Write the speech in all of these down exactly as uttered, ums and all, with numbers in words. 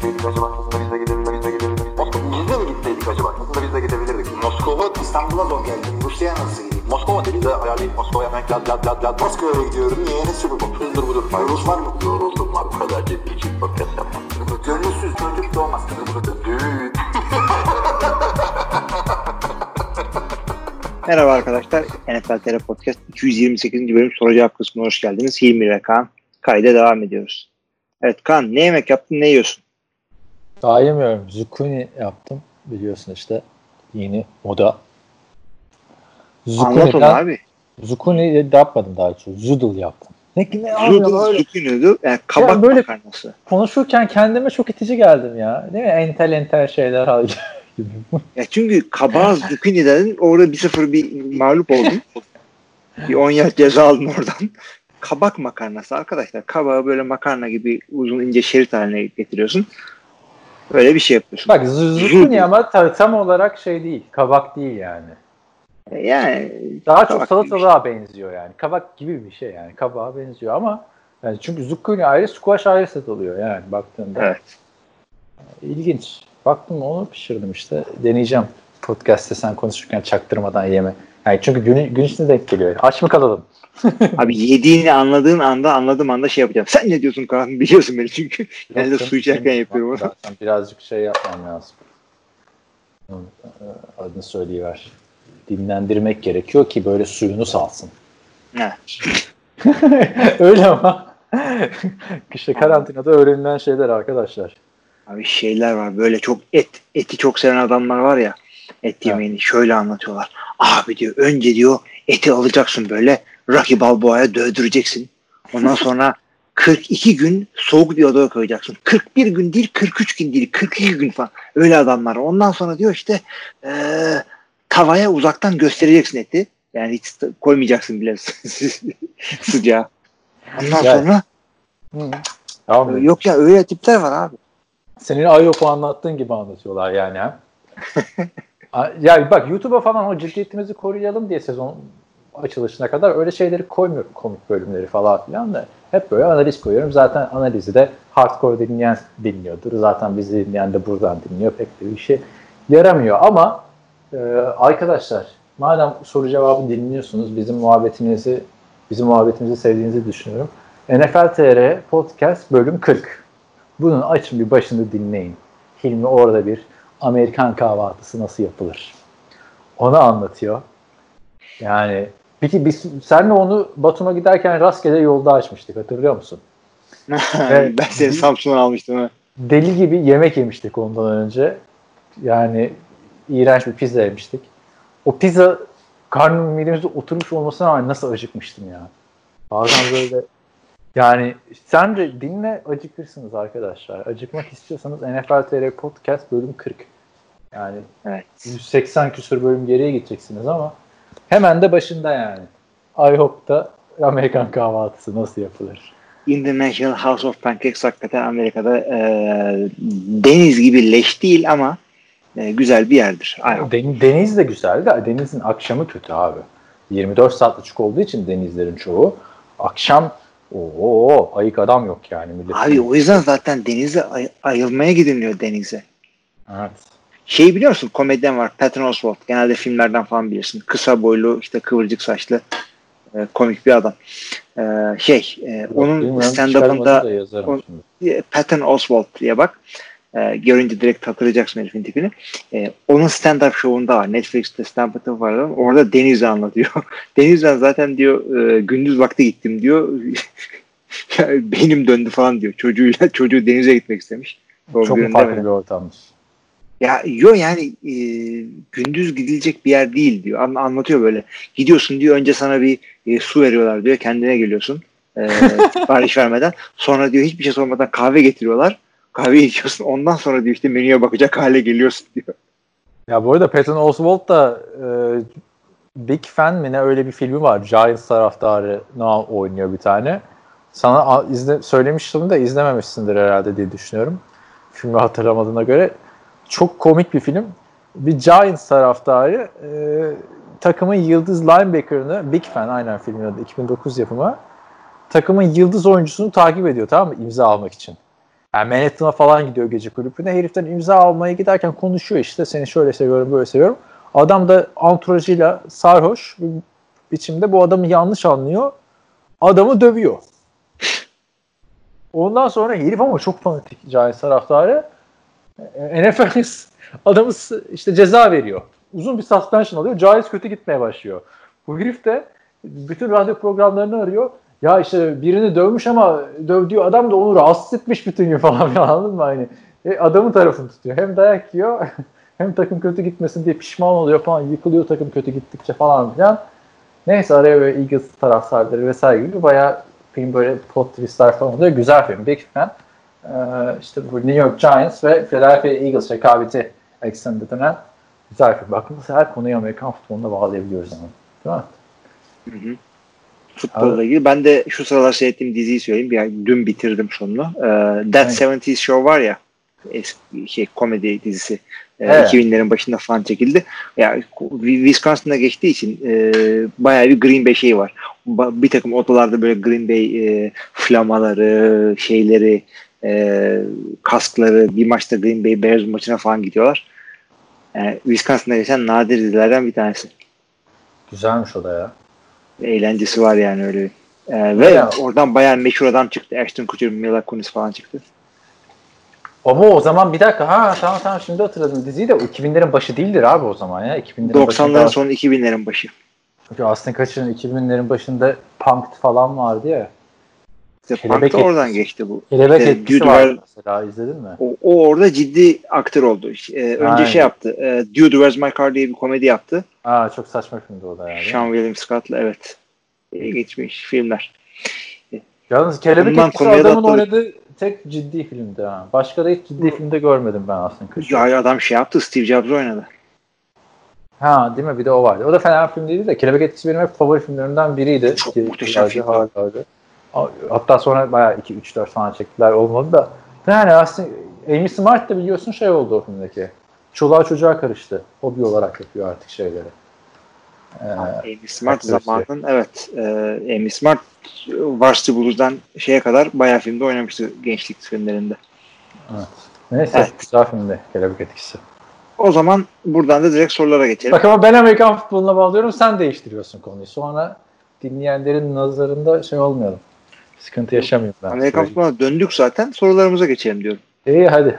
gitseydik acaba? Aslında biz de gidebilirdik. Biz de gidebilirdik. Biz de mi gitseydik acaba? Aslında biz de gidebilirdik. Moskova, İstanbul'a zor geldim. Rusya'ya nasıl gideyim? Moskova dedi de ayarlayıp Moskova'ya hemen lad lad lad lad. Moskova'ya gidiyorum. Niye? Ne sürü bu? Hızdır budur. Rus var mı? Yoruldum var. Bu kadar ciddi için podcast yapmam. Gönülsüz çocuk doğmaz. Düğün. Merhaba arkadaşlar. N F L T R Podcast iki yüz yirmi sekizinci bölüm soru cevap kısmına hoş geldiniz. Hilmi ve Kaan. Kayda devam ediyoruz. Evet Kaan, ne yemek yaptın, ne yiyorsun? Daha yemiyorum. Zucchini yaptım. Biliyorsun işte yeni moda. Anlat onu abi. Zucchini yapmadım daha çok. Zoodle yaptım. Ne, ne Zoodle, zucchini, yani kabak ya böyle makarnası. Konuşurken kendime çok itici geldim ya. Değil mi? Entel entel şeyler halde. Ya çünkü kabağı zucchini dedin, orada bir sıfır bir mağlup oldun. Bir on yard ceza aldın oradan. Kabak makarnası arkadaşlar. Kabağı böyle makarna gibi uzun ince şerit haline getiriyorsun. Böyle bir şey yapıyorsun. Bak zucchini ama tam olarak şey değil. Kabak değil yani. Yani daha çok salatalığa şey benziyor yani. Kabak gibi bir şey yani. Kabağa benziyor ama yani çünkü zucchini ayrı, squash ayrı satılıyor yani baktığında. Evet. İlginç. Baktım onu pişirdim işte. Deneyeceğim podcast'te sen konuşurken çaktırmadan yeme. Yani çünkü gün, gün içinde denk geliyor. Aç mı kalalım? Abi yediğini anladığın anda anladığım anda şey yapacağım. Sen ne diyorsun Kaan? Biliyorsun beni çünkü. Ben de su içerken yapıyorum onu. Zaten birazcık şey yapmam lazım. Adını söyleyiver. Dinlendirmek gerekiyor ki böyle suyunu salsın. Ne? Öyle ama. İşte karantinada öğrenilen şeyler arkadaşlar. Abi şeyler var böyle çok et. Eti çok seven adamlar var ya. Et yemeğini evet. Şöyle anlatıyorlar. Abi diyor önce diyor eti alacaksın böyle Rocky Balboa'ya dövdüreceksin. Ondan sonra kırk iki gün soğuk bir odaya koyacaksın. kırk bir gün değil, kırk üç gün değil, kırk iki gün falan. Öyle adamlar. Ondan sonra diyor işte ee, tavaya uzaktan göstereceksin eti. Yani hiç koymayacaksın bile sıcağı. Ondan yani. Sonra Hı. yok ya öyle tipler var abi. Senin Ayop'u anlattığın gibi anlatıyorlar yani. Ya bak YouTube'a falan o ciddiyetimizi koruyalım diye sezon açılışına kadar öyle şeyleri koymuyorum, komik bölümleri falan filan da hep böyle analiz koyuyorum. Zaten analizi de hardcore dinleyen dinliyordur. Zaten bizi dinleyen de buradan dinliyor. Pek de bir şey yaramıyor ama e, arkadaşlar madem soru cevabı dinliyorsunuz bizim muhabbetimizi bizim muhabbetimizi sevdiğinizi düşünüyorum. N F L T R Podcast bölüm kırk. Bunun açın bir başını dinleyin. Hilmi orada bir Amerikan kahvaltısı nasıl yapılır? Onu anlatıyor. Yani peki biz senle onu Batum'a giderken rastgele yolda açmıştık. Hatırlıyor musun? ben seni Samsun'dan almıştım. Ha. Deli gibi yemek yemiştik ondan önce. Yani iğrenç bir pizza yemiştik. O pizza karnım midemizde oturmuş olmasına rağmen nasıl acıkmıştım ya. Bazen böyle yani sen de dinle acıkırsınız arkadaşlar. Acıkmak istiyorsanız N F L T R Podcast bölüm kırk. Yani evet. yüz seksen küsur bölüm geriye gideceksiniz ama hemen de başında yani. IHOP'ta Amerikan kahvaltısı nasıl yapılır? International House of Pancakes hakikaten Amerika'da e, deniz gibi leş değil ama e, güzel bir yerdir. Den, deniz de güzel de denizin akşamı kötü abi. yirmi dört saat açık olduğu için denizlerin çoğu. Akşam ooo ayık adam yok yani. Millet abi o yüzden zaten denize ay- ayılmaya gidiliyor denize. Evet. Şey biliyor musun? Komedyen var. Patton Oswalt. Genelde filmlerden falan bilirsin. Kısa boylu, işte kıvırcık saçlı e, komik bir adam. E, şey, e, onun stand-up'ında on, e, Patton Oswalt diye bak. E, görünce direkt hatırlayacaksın herifin tipini. E, onun stand-up şovunda var. Netflix'te stand-up var. Orada Deniz'i anlatıyor. Deniz'den zaten diyor e, gündüz vakti gittim diyor. Benim döndü falan diyor. Çocuğuyla çocuğu denize gitmek istemiş. O çok farklı bir ortammış. Ya yok yani e, gündüz gidilecek bir yer değil diyor. An- anlatıyor böyle. Gidiyorsun diyor önce sana bir e, su veriyorlar diyor. Kendine geliyorsun. E, sipariş vermeden. Sonra diyor hiçbir şey sormadan kahve getiriyorlar. Kahveyi içiyorsun. Ondan sonra diyor işte menüye bakacak hale geliyorsun diyor. Ya bu arada Patton Oswalt da e, Big Fan mi ne öyle bir filmi var. Giants taraftarı oynuyor bir tane. Sana izle, söylemiştim de izlememişsindir herhalde diye düşünüyorum. Filmi hatırlamadığına göre. Çok komik bir film. Bir Giants taraftarı e, takımın yıldız linebacker'ını Big Fan aynen filmin adı iki bin dokuz yapımı takımın yıldız oyuncusunu takip ediyor tamam mı? İmza almak için. Yani Manhattan'a falan gidiyor gece kulübüne. Heriften imza almaya giderken konuşuyor işte. Seni şöyle seviyorum, böyle seviyorum. Adam da anturajıyla sarhoş bir biçimde bu adamı yanlış anlıyor. Adamı dövüyor. Ondan sonra herif ama çok fanatik Giants taraftarı. N F L adamı işte ceza veriyor. Uzun bir suspension alıyor. Giants kötü gitmeye başlıyor. Bu herif de bütün radyo programlarını arıyor. Ya işte birini dövmüş ama dövdüğü adam da onu rahatsız etmiş bütün gün falan, anladın mı? Hani e, adamın tarafını tutuyor. Hem dayak yiyor hem takım kötü gitmesin diye pişman oluyor falan. Yıkılıyor takım kötü gittikçe falan filan. Neyse araya böyle Eagles taraftarları vesaire gibi bayağı film böyle plot twistler falan oluyor. Güzel film. Big fan. Ee, işte bu New York Giants ve Philadelphia Eagles rekabeti ekseninde dönen güzel film. Bakın her konuyu Amerikan futboluna bağlayabiliyoruz ama. Değil mi? Hı hı. Futbolla ilgili. Ben de şu sıralar seyrettiğim diziyi söyleyeyim. Yani dün bitirdim sonunu. Ee, That yetmişler Show var ya, eski şey komedi dizisi. Ee, evet. iki binlerin başında falan çekildi. Yani Wisconsin'da geçtiği için e, bayağı bir Green Bay şeyi var. Ba- bir takım odalarda böyle Green Bay e, flamaları, şeyleri, e, kaskları, bir maçta Green Bay Bears maçına falan gidiyorlar. Yani Wisconsin'da geçen nadir dizilerden bir tanesi. Güzelmiş o da ya. Eğlencesi var yani öyle. Ee, ve ya, oradan bayağı meşhur adam çıktı. Ashton Kutcher, Mila Kunis falan çıktı. Ama o zaman bir dakika. Ha tamam tamam şimdi hatırladım. Diziyi de iki binlerin başı değildir abi o zaman ya. iki binlerin doksanların sonu iki binlerin başı. Çünkü Ashton Kutcher'ın iki binlerin başında Punk'd falan vardı ya. İşte Punk da oradan geçti bu. Kelebek işte etkisi var mesela, izledin mi? O, o orada ciddi aktör oldu. Ee, önce Aynen. şey yaptı. E, Dude Where's My Car diye bir komedi yaptı. Aa, çok saçma filmdi o da yani. Sean William Scott'la evet. E, geçmiş filmler. Yalnız Kelebek Ondan etkisi adamın oynadığı tek ciddi filmdi ha. Başka da hiç ciddi Hı. filmde görmedim ben aslında. Ya adam şey yaptı. Steve Jobs oynadı. Ha değil mi? Bir de o vardı. O da fena film değildi de Kelebek Etkisi benim hep favori filmlerimden biriydi. Çok muhteşem film. Hatta sonra bayağı iki üç dört falan çektiler, olmadı da. Yani aslında Amy Smart da biliyorsun şey oldu o filmdeki. Çoluğa çocuğa karıştı. Hobi olarak yapıyor artık şeyleri. Ee, Amy Smart zamanının evet. E, Amy Smart Varsity Blues'dan şeye kadar bayağı filmde oynamıştı gençlik filmlerinde. Evet. Neyse evet. Güzel filmdi Kelebek Etkisi. O zaman buradan da direkt sorulara geçelim. Bak ama ben Amerikan futboluna bağlıyorum, sen değiştiriyorsun konuyu. Sonra dinleyenlerin nazarında şey olmayalım. Sıkıntı yaşamayayım ben. Amerikan futboluna döndük zaten. Sorularımıza geçelim diyorum. İyi hadi.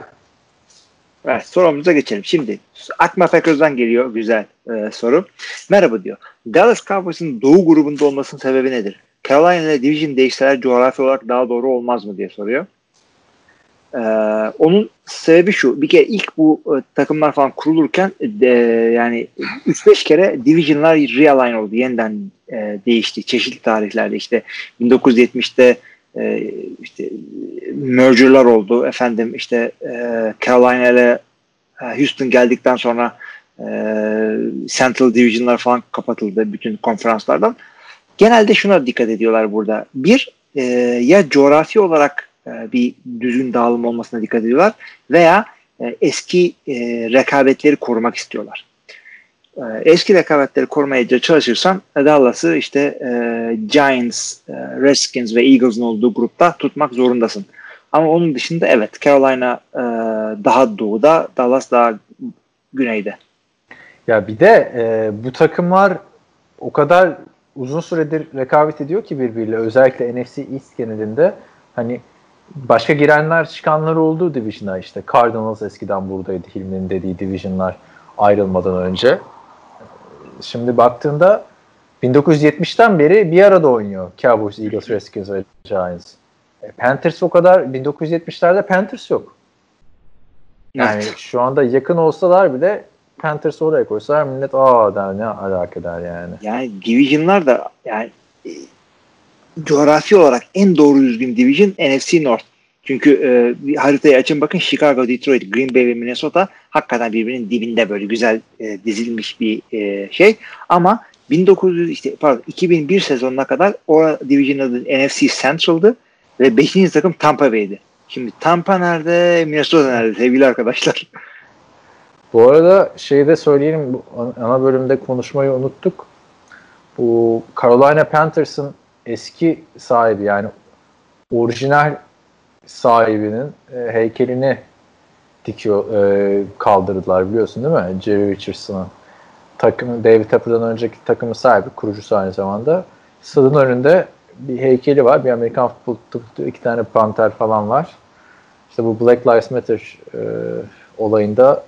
Evet, sorumuza geçelim. Şimdi Akma Packers'dan geliyor güzel e, soru. Merhaba diyor. Dallas Cowboys'un Doğu grubunda olmasının sebebi nedir? Carolina ile Division değişseler coğrafi olarak daha doğru olmaz mı diye soruyor. Ee, onun sebebi şu. Bir kere ilk bu e, takımlar falan kurulurken e, yani üç beş kere division'lar realign oldu. Yeniden e, değişti. Çeşitli tarihlerde işte bin dokuz yüz yetmişte e, işte merger'lar oldu. Efendim işte e, Carolina ile Houston geldikten sonra e, Central Division'lar falan kapatıldı bütün konferanslardan. Genelde şuna dikkat ediyorlar burada. Bir, e, ya coğrafi olarak bir düzgün dağılım olmasına dikkat ediyorlar veya e, eski e, rekabetleri korumak istiyorlar. E, eski rekabetleri korumaya çalışırsan Dallas'ı işte e, Giants, e, Redskins ve Eagles'ın olduğu grupta tutmak zorundasın. Ama onun dışında evet Carolina e, daha doğuda, Dallas daha güneyde. Ya bir de e, bu takımlar o kadar uzun süredir rekabet ediyor ki birbiriyle, özellikle N F C East genelinde hani başka girenler çıkanlar oldu Division'a, işte Cardinals eskiden buradaydı, Hilmi'nin dediği Division'lar ayrılmadan önce. Şimdi baktığında bin dokuz yüz yetmişten beri bir arada oynuyor Cowboys, Eagles, Redskins ve Giants. E, Panthers o kadar, bin dokuz yüz yetmişlerde Panthers yok. Yani evet. Şu anda yakın olsalar bile Panthers'ı oraya koysalar millet aa der, ne alaka der yani. Yani Division'lar da yani coğrafi olarak en doğru düzgün division N F C North. Çünkü e, bir haritayı açın bakın, Chicago, Detroit, Green Bay ve Minnesota hakikaten birbirinin dibinde böyle güzel e, dizilmiş bir e, şey. Ama bin dokuz yüz işte pardon iki bin bir sezonuna kadar o division adı N F C Central'dı ve beşinci takım Tampa Bay'di. Şimdi Tampa nerede, Minnesota nerede sevgili arkadaşlar? Bu arada şeyi de söyleyelim, bu ana bölümde konuşmayı unuttuk. Bu Carolina Panthers'ın eski sahibi, yani orijinal sahibinin e, heykelini dikiyor, e, kaldırdılar biliyorsun değil mi? Jerry Richardson'ın takımı, David Tepper'dan önceki takımın sahibi, kurucusu aynı zamanda. Stadın önünde bir heykeli var. Bir Amerikan futbol, iki tane panter falan var. İşte bu Black Lives Matter e, olayında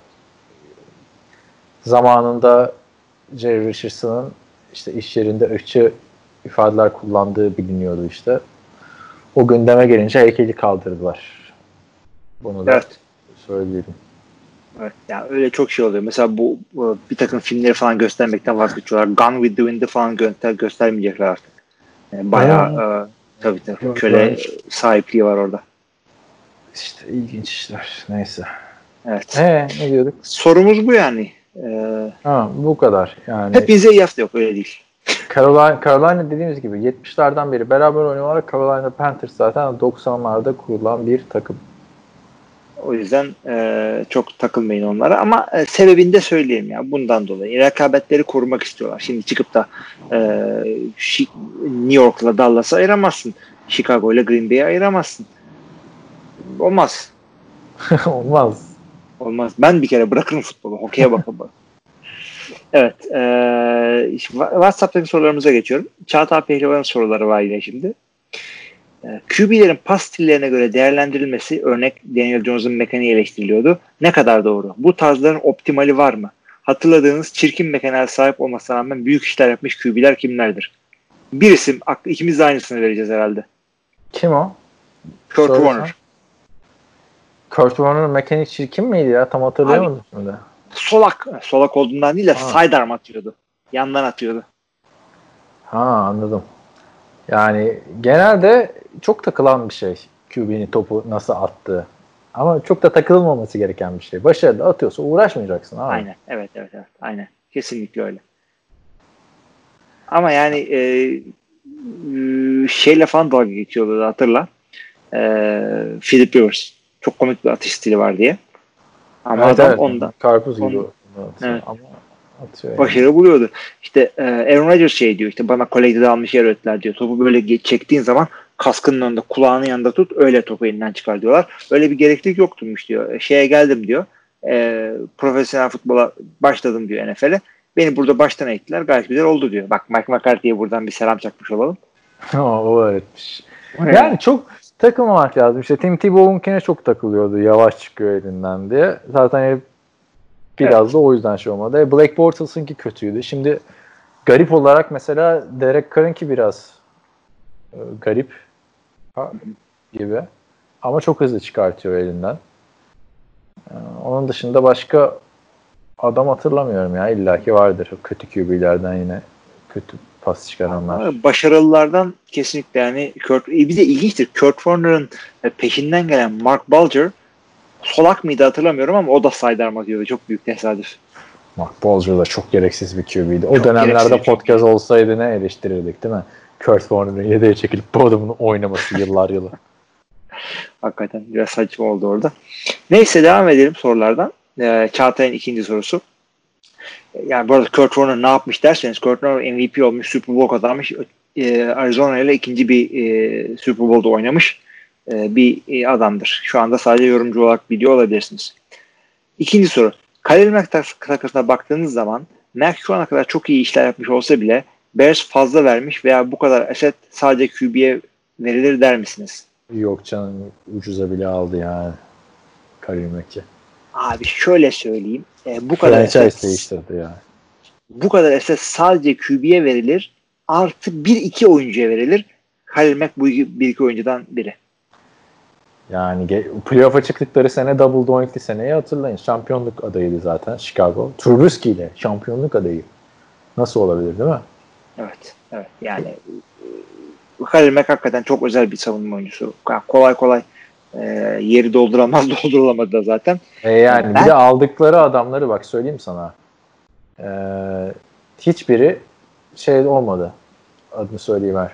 zamanında Jerry Richardson'ın işte iş yerinde ırkçı ifadeler kullandığı biliniyordu işte. O gündeme gelince heykeli kaldırdılar. Bunu da evet. söyleyelim. Evet, yani öyle çok şey oluyor. Mesela bu, bu bir takım filmleri falan göstermekten vazgeçiyorlar. Gone with the Wind'i falan gö- göstermeyecekler artık. Yani bayağı e, tabii tabii köle sahipliği var orada. İşte ilginç işler. Neyse. Evet. Ee, ne diyorduk? Sorumuz bu yani. Ee, ha, bu kadar. Yani hepinize iyi hafta yok, öyle değil. Carolina, Carolina dediğimiz gibi yetmişlerden beri beraber oynuyorlar. Carolina Panthers zaten doksanlarda kurulan bir takım. O yüzden e, çok takılmayın onlara ama e, sebebini de söyleyeyim ya. Bundan dolayı rekabetleri korumak istiyorlar. Şimdi çıkıp da e, New York'la Dallas'ı ayıramazsın. Chicago ile Green Bay'i ayıramazsın. Olmaz. Olmaz. Olmaz. Ben bir kere bırakırım futbolu. Hokeye bakalım. Evet. E, WhatsApp'taki sorularımıza geçiyorum. Çağatay Pehlivan'ın soruları var yine şimdi. Q B'lerin pas stillerine göre değerlendirilmesi, örnek Daniel Jones'un mekaniği eleştiriliyordu. Ne kadar doğru? Bu tarzların optimali var mı? Hatırladığınız çirkin mekaniğe sahip olmasına rağmen büyük işler yapmış Q B'ler kimlerdir? Bir isim, ikimiz de aynısını vereceğiz herhalde. Kim o? Kurt Sorarsan. Warner. Kurt Warner'ın mekanik çirkin miydi ya? Tam hatırlayamadım şimdi. Solak. Solak olduğundan değil de sidearm atıyordu. Yandan atıyordu. Ha, anladım. Yani genelde çok takılan bir şey Q B'nin topu nasıl attığı. Ama çok da takılmaması gereken bir şey. Başarılı atıyorsa uğraşmayacaksın abi. Aynen. Evet, evet, evet. Aynen. Kesinlikle öyle. Ama yani e, şeyle falan dalga geçiyordu, hatırla. E, Philip Rivers. Çok komik bir atış stili var diye. Ama evet, adam evet. ondan. Karpuz gibi. Ondan. Evet. Ama atıyor yani. Başarı buluyordu. İşte e, Aaron Rodgers şey diyor, işte bana kolejde almış yer öğrettiler diyor. Topu böyle çektiğin zaman kaskının önünde, kulağının yanında tut, öyle topu elinden çıkar diyorlar. Öyle bir gereklilik yokturmuş diyor. Şeye geldim diyor. E, profesyonel futbola başladım diyor N F L'e. Beni burada baştan eğittiler. Gayet güzel oldu diyor. Bak Mike McCarthy'ye buradan bir selam çakmış olalım. O öğretmiş. Yani evet. Çok takılmamak lazım. İşte Tim Tebow'unkine çok takılıyordu. Yavaş çıkıyor elinden diye. Zaten hep biraz evet. da o yüzden şey olmadı. Blake Bortles'ınki kötüydü. Şimdi garip olarak mesela Derek Carr'ınki biraz e, garip ha, gibi. Ama çok hızlı çıkartıyor elinden. E, onun dışında başka adam hatırlamıyorum ya. İlla ki vardır. Kötü Q B'lerden yine kötü pas çıkaranlar. Ama başarılılardan kesinlikle yani Kurt, bir de ilginçtir. Kurt Warner'ın peşinden gelen Mark Bulger solak mıydı hatırlamıyorum ama o da sidearm atıyordu. Çok büyük tesadüf. Mark Bulger da çok gereksiz bir Q B'ydi. O çok dönemlerde podcast olsaydı ne eleştirirdik değil mi? Kurt Warner'ın yedeğe çekilip bu adamın oynaması yıllar yılı. Hakikaten biraz saçma oldu orada. Neyse devam edelim sorulardan. Ee, Çağatay'ın ikinci sorusu. Yani bu arada Kurt Warner ne yapmış derseniz, Kurt Warner M V P olmuş, Super Bowl kazanmış. Ee, Arizona ile ikinci bir e, Super Bowl'da oynamış e, bir e, adamdır. Şu anda sadece yorumcu olarak biliyor olabilirsiniz. İkinci soru. Khalil Mack takasına baktığınız zaman Mack şu ana kadar çok iyi işler yapmış olsa bile Bears fazla vermiş veya bu kadar asset sadece Q B'ye verilir der misiniz? Yok canım, ucuza bile aldı yani Khalil Mack'i. Abi şöyle söyleyeyim. E, bu kadar franchise değiştirdi yani. Bu kadar asset sadece Q B'ye verilir. Artı bir iki oyuncuya verilir. Khalil Mack bu bir iki oyuncudan biri. Yani playoff'a çıktıkları sene double doinkli seneyi hatırlayın. Şampiyonluk adayıydı zaten Chicago. Trubisky ile şampiyonluk adayı. Nasıl olabilir değil mi? Evet. Evet. Yani Khalil Mack hakikaten çok özel bir savunma oyuncusu. Kolay kolay e, yeri dolduramaz, doldurulamadı da zaten. E yani ben, bir de aldıkları adamları bak söyleyeyim sana. Ee, hiçbiri şey olmadı. Adını söyleyeyim.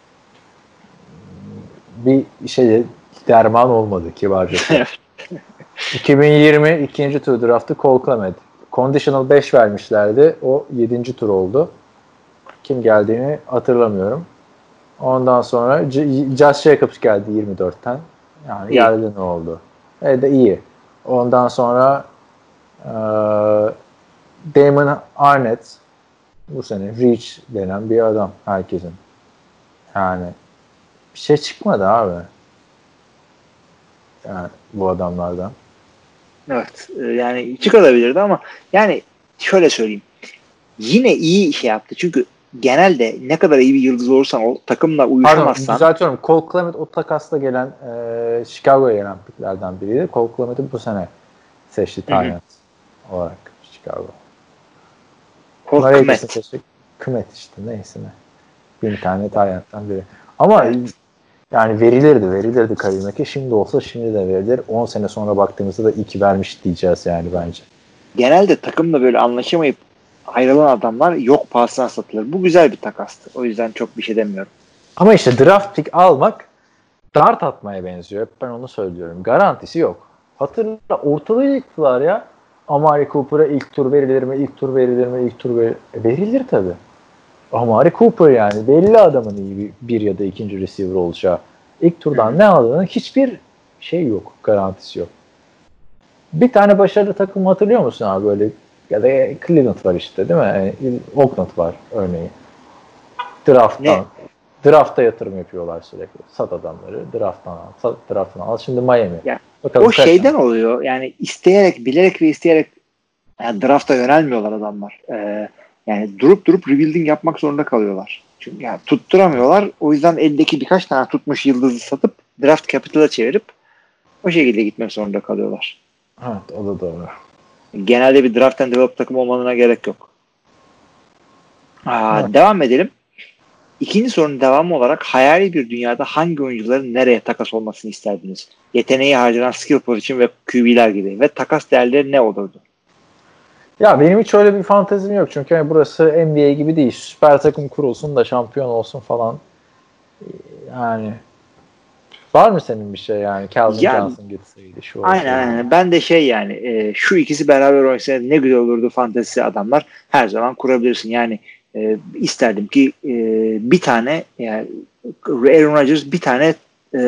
Bir şey derman olmadı kibarca. iki bin yirmi ikinci tur draftı Cole Kmet. Conditional beş vermişlerdi. O yedinci tur oldu. Kim geldiğini hatırlamıyorum. Ondan sonra Josh Jacobs geldi yirmi dörtten. Yani geldi ne oldu? Evet de iyi. Ondan sonra e, Damon Arnett bu sene Reach denen bir adam herkesin. Yani bir şey çıkmadı abi. Yani bu adamlardan. Evet. Yani çıkabilirdi ama yani şöyle söyleyeyim. Yine iyi şey yaptı. Çünkü genelde ne kadar iyi bir yıldız olursan o takımla uyuşamazsan. Pardon, düzeltiyorum. Cole Clement o takasla gelen e, Chicago'ya gelen piklerden biriydi. Cole Clement'i bu sene seçti Tyrant olarak Chicago. Cole Clement. Clement işte neyse ne. Bir tane Tyrant'tan biri. Ama evet. Yani verilirdi, verilirdi Khalil Mack'e. Şimdi olsa şimdi de verilir. on sene sonra baktığımızda da iyi ki vermiş diyeceğiz yani bence. Genelde takımla böyle anlaşamayıp ayrılan adamlar yok pahasına satılır. Bu güzel bir takastı. O yüzden çok bir şey demiyorum. Ama işte draft pick almak dart atmaya benziyor. Hep ben onu söylüyorum. Garantisi yok. Hatırla ortalığı yıktılar ya. Amari Cooper'a ilk tur verilir mi? İlk tur verilir mi? İlk tur verilir. E, verilir tabii. Amari Cooper yani. Belli adamın iyi bir, bir ya da ikinci receiver olacağı. İlk turdan ne aldığının hiçbir şey yok. Garantisi yok. Bir tane başarılı takım hatırlıyor musun abi böyle? Ya da Cleveland var işte değil mi? Yani Oakland var örneğin. Draft'tan. Ne? Draft'a yatırım yapıyorlar sürekli. Sat adamları. Draft'tan al. Sat, draft'tan al. Şimdi Miami. Ya, o şeyden tane. Oluyor. Yani isteyerek, bilerek ve isteyerek yani draft'a yönelmiyorlar adamlar. Ee, yani durup durup rebuilding yapmak zorunda kalıyorlar. Çünkü yani tutturamıyorlar. O yüzden eldeki birkaç tane tutmuş yıldızı satıp draft capital'a çevirip o şekilde gitmek zorunda kalıyorlar. Evet, o da doğru. Genelde bir draft and develop takım olmanına gerek yok. Aa, evet. Devam edelim. İkinci sorunun devamı olarak hayali bir dünyada hangi oyuncuların nereye takas olmasını isterdiniz? Yeteneği harcanan skill position ve Q B'ler gibi. Ve takas değerleri ne olurdu? Ya benim hiç öyle bir fantezim yok. Çünkü yani burası N B A gibi değil. Süper takım kurulsun da şampiyon olsun falan. Yani var mı senin bir şey yani? Calvin yani, Johnson gitseydi. Şu aynen aynen. Ben de şey yani e, şu ikisi beraber oynasaydı ne güzel olurdu fantezisi adamlar. Her zaman kurabilirsin. Yani e, isterdim ki e, bir tane yani Aaron Rodgers bir tane e,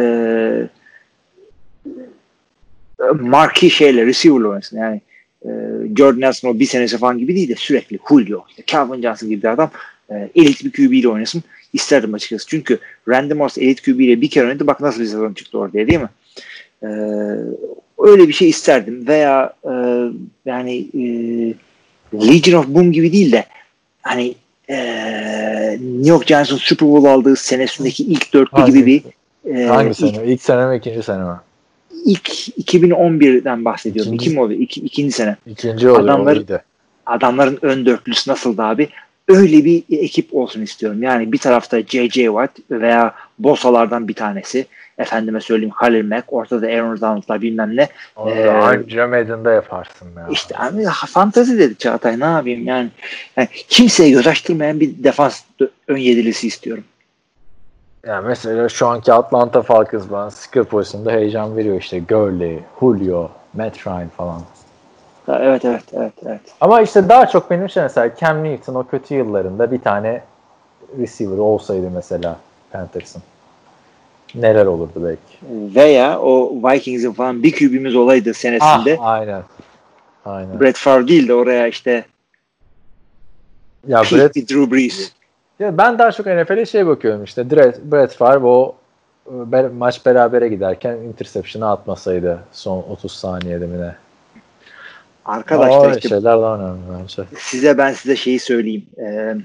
marquee şeyle receiver'la oynasın. Yani e, Jordan Nelson o bir senesi falan gibi değil de sürekli Julio, işte Calvin Johnson gibi bir adam e, elit bir Q B ile oynasın. İsterdim açıkçası. Çünkü Randy Moss elit Q B ile bir kere oynadı. Bak nasıl bir sezon çıktı oraya değil mi? Ee, öyle bir şey isterdim. Veya e, yani e, Legion of Boom gibi değil de hani e, New York Giants'ın Super Bowl aldığı senesindeki ilk dörtlü hangi, gibi bir e, hangi sene? İlk, ilk sene mi? İkinci sene mi? İlk iki bin on birden bahsediyorum. İkinci, İki mi oluyor? İki, ikinci sene. İkinci oluyor. Adamlar, adamların ön dörtlüsü nasıldı abi? Öyle bir ekip olsun istiyorum. Yani bir tarafta J J Watt veya Bosa'lardan bir tanesi. Efendime söyleyeyim Khalil Mack. Ortada Aaron Donald'lar bilmem ne. Ee, anca Madden'da yaparsın ya. İşte abi fantezi dedi Çağatay. Ne yapayım yani. yani kimseye göz açtırmayan bir defans ön yedilisi istiyorum. Yani mesela şu anki Atlanta Falcons bana skill pozisyonunda heyecan veriyor. İşte Gurley, Julio, Matt Ryan falan. Evet evet evet evet. Ama işte daha çok benim şey mesela Cam Newton o kötü yıllarında bir tane receiver olsaydı mesela Panthers'ın neler olurdu belki. Veya o Vikings'in falan bir Q B'miz olaydı senesinde. Ah, aynen. Aynen. Brett Favre değil de oraya işte ya Brett, bir Drew Brees. Ya ben daha çok N F L'e şey bakıyorum işte Brett Favre o maç berabere giderken interception'ı atmasaydı son otuz saniyede mi ne? Arkadaşlar işte şeyler daha önemli bence. Size ben size şeyi söyleyeyim. Ee,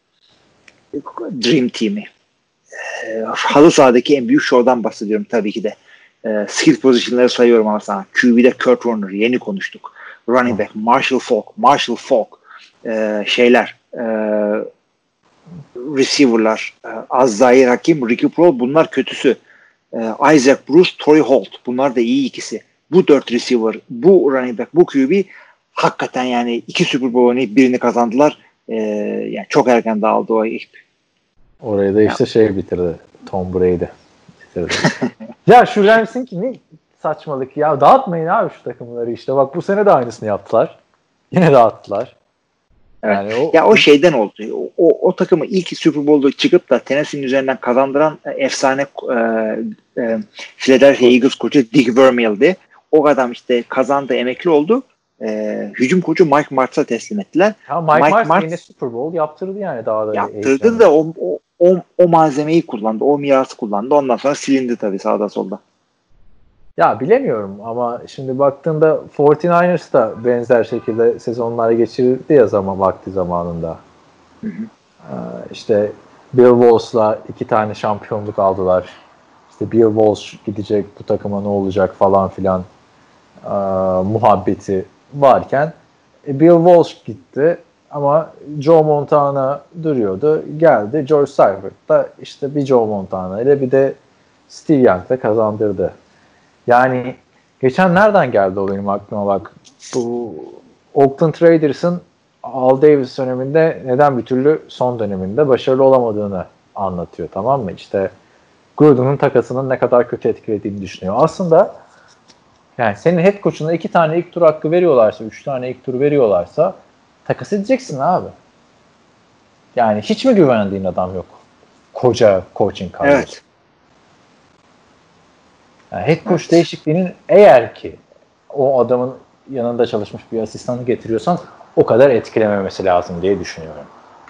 Dream Team'i. Ee, halı sahadaki en büyük şovdan bahsediyorum tabii ki de. Ee, skill position'ları sayıyorum ama sana. Q B'de Kurt Warner yeni konuştuk. Running back Marshall Faulk, Marshall Faulk ee, şeyler ee, receiver'lar ee, Azzahir Hakim, Ricky Prohl bunlar kötüsü. Ee, Isaac Bruce, Torrey Holt bunlar da iyi ikisi. Bu dört receiver, bu running back, bu Q B hakikaten yani iki Super Bowl oynayıp birini kazandılar. Ee, yani çok erken dağıldı o ekip. Orayı da işte ya. şey bitirdi. Tom Brady bitirdi. Ya şu Rams'in ki ne saçmalık ya. Dağıtmayın abi şu takımları işte. Bak bu sene de aynısını yaptılar. Yine dağıttılar. Evet. Yani o, ya o şeyden oldu. O, o, o takımı ilk Super Bowl'da çıkıp da Tennessee'nin üzerinden kazandıran efsane e, e, Philadelphia Eagles koçu Dick Vermeil'di. O adam işte kazandı, emekli oldu. E, hücum koçu Mike Martz'a teslim ettiler. Ya Mike, Mike Martz Martz yine Super Bowl yaptırdı yani daha da yaptırdı da o, o, o, o malzemeyi kullandı. O mirası kullandı. Ondan sonra silindi tabii sağda solda. Ya bilemiyorum ama şimdi baktığında kırk dokuzers da benzer şekilde sezonlar geçirdi ya zaman vakti zamanında. Hı hı. Ee, işte Bill Walsh'la iki tane şampiyonluk aldılar. İşte Bill Walsh gidecek, bu takıma ne olacak falan filan ee, muhabbeti varken e, Bill Walsh gitti ama Joe Montana duruyordu. Geldi George Seifert da işte bir Joe Montana ile bir de Steve Young da kazandırdı. Yani geçen nereden geldi o benim aklıma bak. Bu Oakland Raiders'ın Al Davis döneminde neden bir türlü son döneminde başarılı olamadığını anlatıyor, tamam mı? İşte Gruden'ın takasının ne kadar kötü etkilediğini düşünüyor. Aslında yani senin head coach'una iki tane ilk tur hakkı veriyorlarsa, üç tane ilk tur veriyorlarsa takas edeceksin abi. Yani hiç mi güvendiğin adam yok? Koca coaching kadrosu. Evet. Yani head coach evet. değişikliğinin eğer ki o adamın yanında çalışmış bir asistanı getiriyorsan o kadar etkilememesi lazım diye düşünüyorum.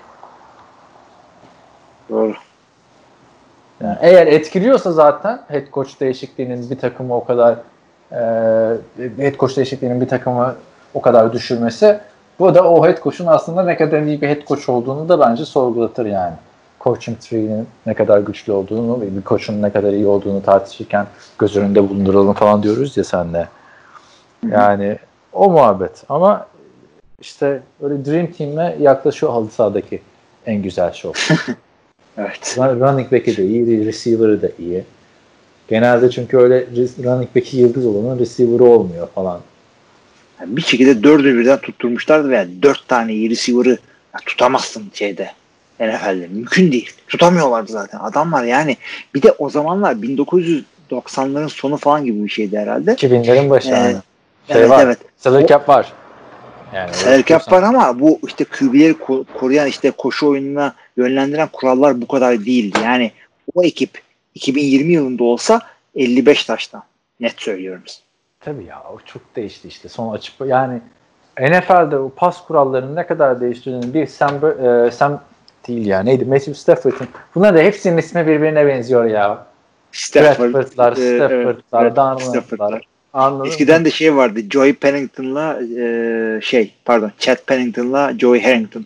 Doğru. Yani eğer etkiliyorsa zaten head coach değişikliğinin bir takımı o kadar e, head coach değişikliğinin bir takımı o kadar düşürmesi, bu da o head coach'un aslında ne kadar iyi bir head coach olduğunu da bence sorgulatır yani. Coaching tree'nin ne kadar güçlü olduğunu ve bir koçun ne kadar iyi olduğunu tartışırken göz önünde bulunduralım falan diyoruz ya senle. Yani o muhabbet. Ama işte öyle Dream Team'e yaklaşıyor halı sahadaki en güzel show. Evet. Running back'i de iyi, receiver'ı da iyi. Genelde çünkü öyle running back'i yıldız olanın receiver'ı olmuyor falan. Yani bir şekilde dördü birden tutturmuşlardı veya dört tane iyi receiver'ı tutamazsın şeyde. N F L'de. Mümkün değil. Tutamıyorlardı zaten. Adamlar yani bir de o zamanlar bin dokuz yüz doksanların sonu falan gibi bir şeydi herhalde. iki binlerin başı. Ee, şey evet var. evet. Salary cap var. Yani salary cap var ama bu işte Q B'leri koruyan, işte koşu oyununa yönlendiren kurallar bu kadar değildi. Yani o ekip iki bin yirmi yılında olsa elli beş taştan. Net söylüyorum. Tabii ya, o çok değişti işte. Son açık yani N F L'de o pas kurallarının ne kadar değiştiğini bir Sam, e, Sam değil ya. Neydi? Matthew Stafford'ın. Bunlar da hepsinin ismi birbirine benziyor ya. Stafford, Stafford'lar, Stafford'lar, evet, Darnold'lar. Anladın Eskiden mı? de şey vardı. Joey Pennington'la e, şey pardon Chad Pennington'la Joey Harrington.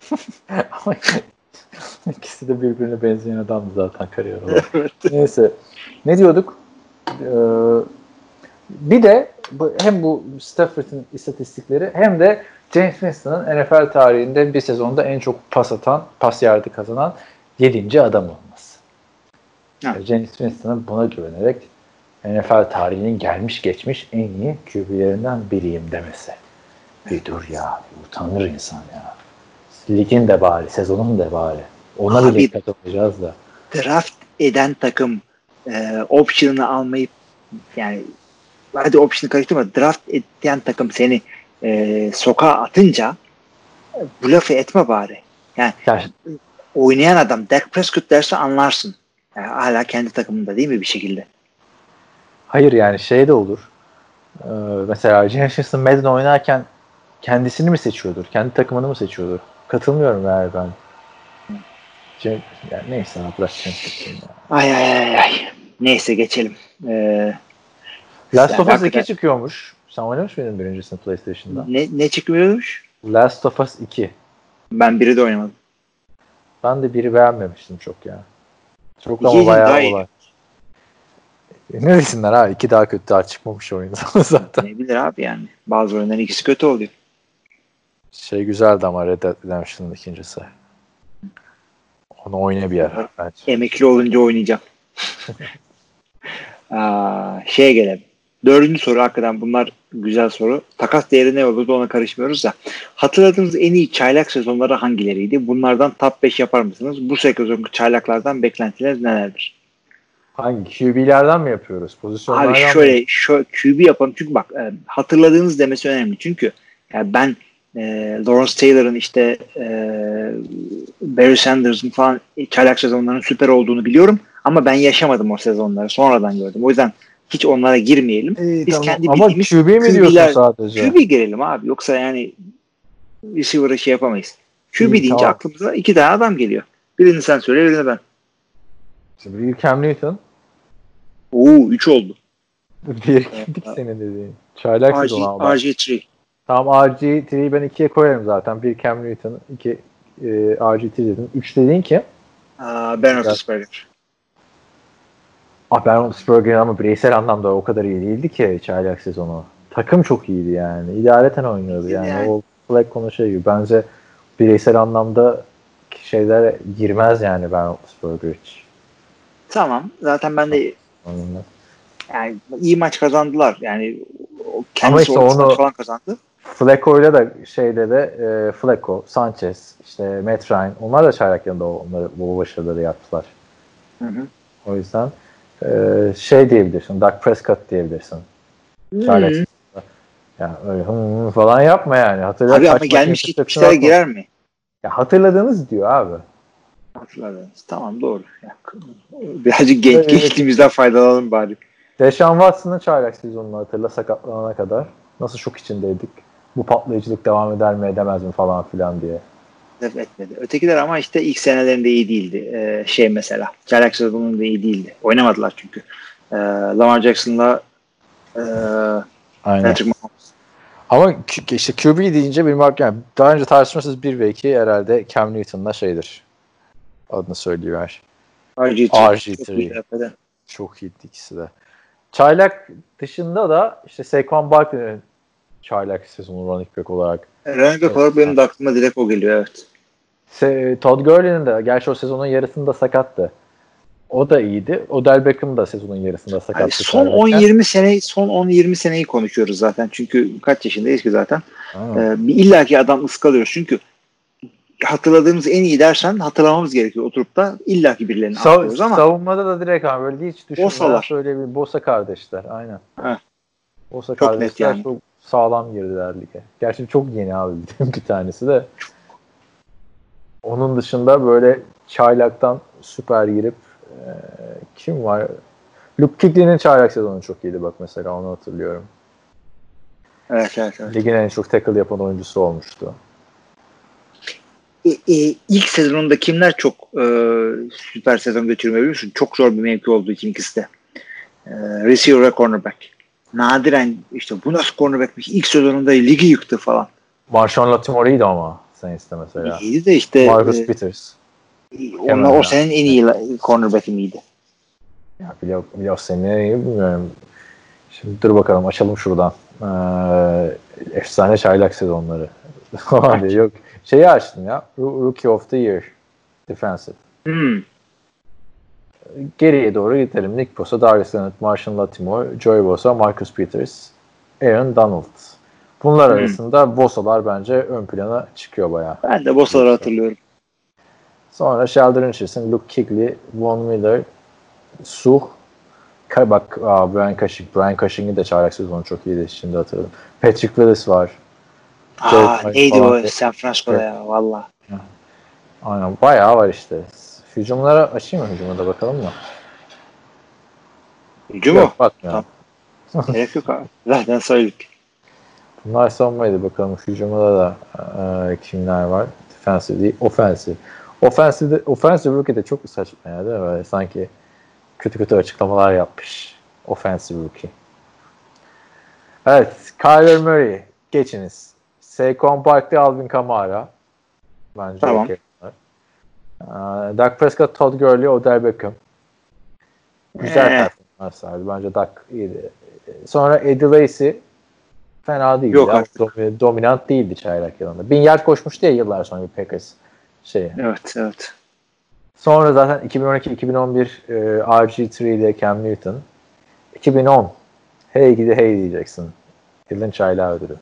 İkisi de birbirine benzeyen adamdı zaten kariyer olarak. Evet. Neyse. Ne diyorduk? Ee, bir de bu, hem bu Stafford'ın istatistikleri hem de James Winston'ın N F L tarihinde bir sezonda en çok pas atan, pas yardı kazanan yedinci adam olması. Yani James Winston'ın buna güvenerek N F L tarihinin gelmiş geçmiş en iyi Q B'lerinden biriyim demesi. Bir dur ya, bir utanır insan ya. Ligin de bari, sezonun da bari. Ona abi, bile katılacağız da. Draft eden takım e, option'ını almayıp yani hadi option'ı karıştırma, draft eden takım seni e, sokağa atınca bu lafı etme bari. Yani yani, oynayan adam Dak Prescott derse anlarsın. Yani hala kendi takımında değil mi bir şekilde? Hayır yani şey de olur. Ee, mesela James Winston Madden oynarken kendisini mi seçiyordur? Kendi takımını mı seçiyordur? Katılmıyorum yani ben. Yani neyse bırakacağım. Ay ay ay ay. Neyse geçelim. Ee, Last of Us iki çıkıyormuş. Sen oynamış mıydın birincisini PlayStation'da? Ne, ne çıkıyormuş? Last of Us iki. Ben biri de oynamadım. Ben de biri beğenmemiştim çok ya. Çok ama bayağı olay. Ne desinler abi? İki daha kötü, daha çıkmamış oyun zaten. Ne bilir abi yani. Bazı oyunların ikisi kötü oluyor. Şey güzeldi ama Red Dead Redemption'ın ikincisi. Onu oyna bir ara. Bence. Emekli olunca oynayacağım. Aa, şeye gelelim. Dördüncü soru hakikaten bunlar güzel soru. Takas değeri ne olurdu ona karışmıyoruz da. Hatırladığınız en iyi çaylak sezonları hangileriydi? Bunlardan top beş yapar mısınız? Bu sezonki çaylaklardan beklentileriniz nelerdir? Hangi? Q B'lerden mi yapıyoruz? Pozisyonlardan Abi şöyle, şöyle Q B yapalım. Çünkü bak hatırladığınız demesi önemli. Çünkü yani ben e, Lawrence Taylor'ın işte e, Barry Sanders'ın falan çaylak sezonlarının süper olduğunu biliyorum ama ben yaşamadım o sezonları. Sonradan gördüm. O yüzden hiç onlara girmeyelim. İyi, Biz tamam. kendi Ama bildiğimiz Q B mi diyorsun sadece? Q B girelim abi. Yoksa yani receiver'a şey yapamayız. Q B İyi, deyince tamam. aklımıza iki tane adam geliyor. Birini sen söyle, birini ben. Bir Cam Newton. Oo, üç oldu. Bir kimdik senin dediğin? Çaylak sezonu ama. R G üç. Tamam, R G üç'ü ben ikiye koyarım zaten. Bir Cam Newton, iki e, R G üç dedim. üç dediğin ki? Aa, Ben Roethlisberger. Ah, Ben Roethlisberger ama bireysel anlamda o kadar iyi değildi ki çaylak sezonu. Takım çok iyiydi yani. İdareten oynuyordu yani. yani. O flag konu şey gibi. Bence bireysel anlamda şeyler girmez yani Ben Roethlisberger hiç. Tamam. Zaten ben de yani iyi maç kazandılar. Yani kendisi ama işte onu falan kazandı. Flacco'yla da şeyde de e, Flacco, Sanchez, işte Matt Ryan, onlar da çaylak yanında onları, bu başarıları yaptılar. Hı hı. O yüzden e, şey diyebilirsin, Dak Prescott diyebilirsin. Çaylak hmm. Yani öyle hım falan yapma yani. Hatırla, abi ama gelmiş gitmişlere girer mi? Ya hatırladığınız diyor abi. Hatırladınız. Tamam, doğru. Ya, birazcık genç gençliğimizden faydalanalım bari. Deshaun Watson'ın çaylak sezonunu hatırla, sakatlanana kadar. Nasıl şok içindeydik. Bu patlayıcılık devam eder mi edemez mi falan filan diye. Evet, etmedi. Ötekiler ama işte ilk senelerinde iyi değildi. Ee, şey mesela. Çaylak sezonunda iyi değildi. Oynamadılar çünkü. Ee, Lamar Jackson'la e, Patrick Mahomes. Ama işte Q B deyince benim yani daha önce tartışmasız bir ve iki herhalde Cam Newton'la şeydir. Adını söylüyor. R G üç. R G üç. Çok iyiydi ikisi de. Çaylak dışında da işte Saquon Barkley'nin çaylak sezonu running back olarak. Running back olarak benim de aklıma direkt o geliyor, evet. Se- Todd Gurley'nin de gerçi o sezonun yarısında sakattı. O da iyiydi. Odell Beckham da sezonun yarısında sakattı. Yani son on yirmi seneyi son on yirmi seneyi konuşuyoruz zaten. Çünkü kaç yaşındayız ki zaten. Ee, bir illaki adam ıskalıyoruz. Çünkü hatırladığımız en iyi dersen hatırlamamız gerekiyor oturup da illaki birilerini Sa- hatırlıyoruz ama. Savunmada da direkt abi böyle hiç düşünmeden şöyle bir Bosa kardeşler. Aynen. Heh. Bosa çok kardeşler net yani. Çok sağlam girdiler lige. Gerçi çok yeni abi bir tanesi de. Onun dışında böyle çaylaktan süper girip e, kim var? Luke Kuechly'nin çaylak sezonu çok iyiydi bak mesela, onu hatırlıyorum. Evet, evet, evet. Ligin en çok tackle yapan oyuncusu olmuştu. E, e, ilk sezonunda kimler çok e, süper sezon götürmeyi biliyor musun? Çok zor bir mevki oldu ikisi de. E, receiver ve cornerback. Nadiren işte bu nasıl cornerbackmiş? İlk sezonunda ligi yıktı falan. Marshall Latimore'ydi ama Saints'te mesela. İyiydi de işte. Marcus e, Peters. Onlar o senin en iyi cornerback'i miydi? Ya biliyor, biliyor seni bilmiyorum. Şimdi dur bakalım, açalım şuradan. Ee, efsane çaylak sezonları. Abi yok. Şeyi açtım ya. Rookie of the Year. Defensive. Hmm. Geriye doğru gidelim. Nick Bosa, Darius Leonard, Marshall Latimore, Joey Bosa, Marcus Peters, Aaron Donald. Bunlar hmm. arasında Bosa'lar bence ön plana çıkıyor bayağı. Ben de Bosa'ları hatırlıyorum. Sonra Sheldon Richardson, Luke Kuechly, Von Miller, Suh, bak aa, Brian Cushing. Brian Cushing'in de çaylak sezonu çok iyiydi. Şimdi hatırladım. Patrick Willis var. Aa, neydi o San Francisco'da ya valla. Aynen, bayağı var işte. Hücumlara açayım mı? Hücuma da bakalım mı? Hücum mu? Bakmıyorum. Tamam. Gerek yok abi. Zaten söyledik. Bunlar savunmaydı, bakalım. Hücumda da e, kimler var? Defensive değil, offensive. Offensive, offensive rookie de çok saçma ya değil mi? Böyle sanki kötü kötü açıklamalar yapmış. Offensive rookie. Evet. Kyler Murray. Geçiniz. Saquon Barkley, Alvin Kamara. Bence tamam. Okay. Uh, Dak Prescott, Todd Gurley, Odell Beckham. Güzel ee. performans vardı. Bence Dak iyiydi. Sonra Eddie Lacy fena değildi. Yok Dom- dominant değildi çaylak yılında. Bin yard koşmuştu ya yıllar sonra bir Packers şeyi. Evet, evet. Sonra zaten iki bin on iki iki bin on bir e, R G üç ile Cam Newton. iki bin on hey gidi hey diyeceksin. Yılın çaylağı ödülü.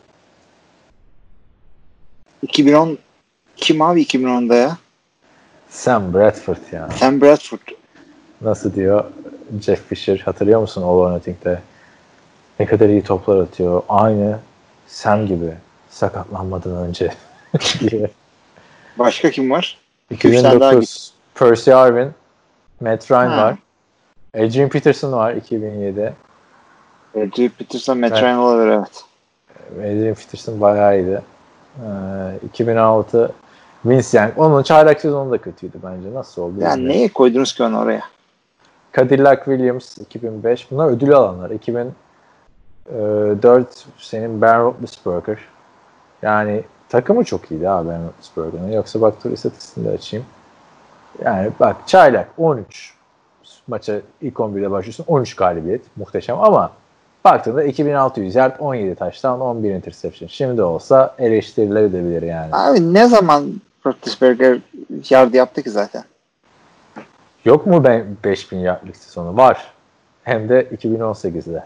iki bin on kim abi iki bin onda ya? Sam Bradford yani. Sam Bradford. Nasıl diyor Jeff Fisher, hatırlıyor musun All or Nothing'de? Ne kadar iyi toplar atıyor. Aynı Sam gibi. sakatlanmadan önce. Başka kim var? iki bin dokuz Percy Harvin, Matt Ryan ha. var. Adrian Peterson var iki bin yedi. Adrian Peterson, Matt evet. Ryan olabilir evet. Adrian Peterson bayağı iyiydi. Ee, iki bin altı Vince Young. Onun çaylak sezonu da kötüydü bence. Nasıl oldu? Yani neye koydunuz ki onu oraya? Cadillac Williams iki bin beş. Bunlar ödül alanlar. iki bin dört senin Ben Roethlisberger. Yani takımı çok iyiydi abi Ben Roethlisberger'ın. Yoksa bak dur istatistiğini de açayım. Yani bak çaylak on üç maça ilk on birde başlıyorsun. on üç galibiyet. Muhteşem ama baktığında iki bin altı yüz yard, on yedi touchdown, on bir interception. Şimdi olsa eleştirilebilir yani. Abi ne zaman Roethlisberger yard yaptı ki zaten? Yok mu ben beş bin yardlık sezonu? Var. Hem de iki bin on sekizde.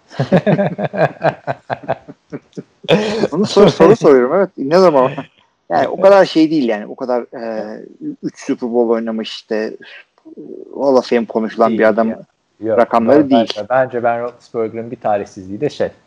Bunu soru, soru soruyorum evet. Ne zaman? Yani o kadar şey değil yani. O kadar üç e, Super Bowl oynamış işte Hall of Fame konuşulan değil, bir adam ya. Yok, rakamları bence, değil. Bence Ben Roethlisberger'ın bir tarihsizliği de şey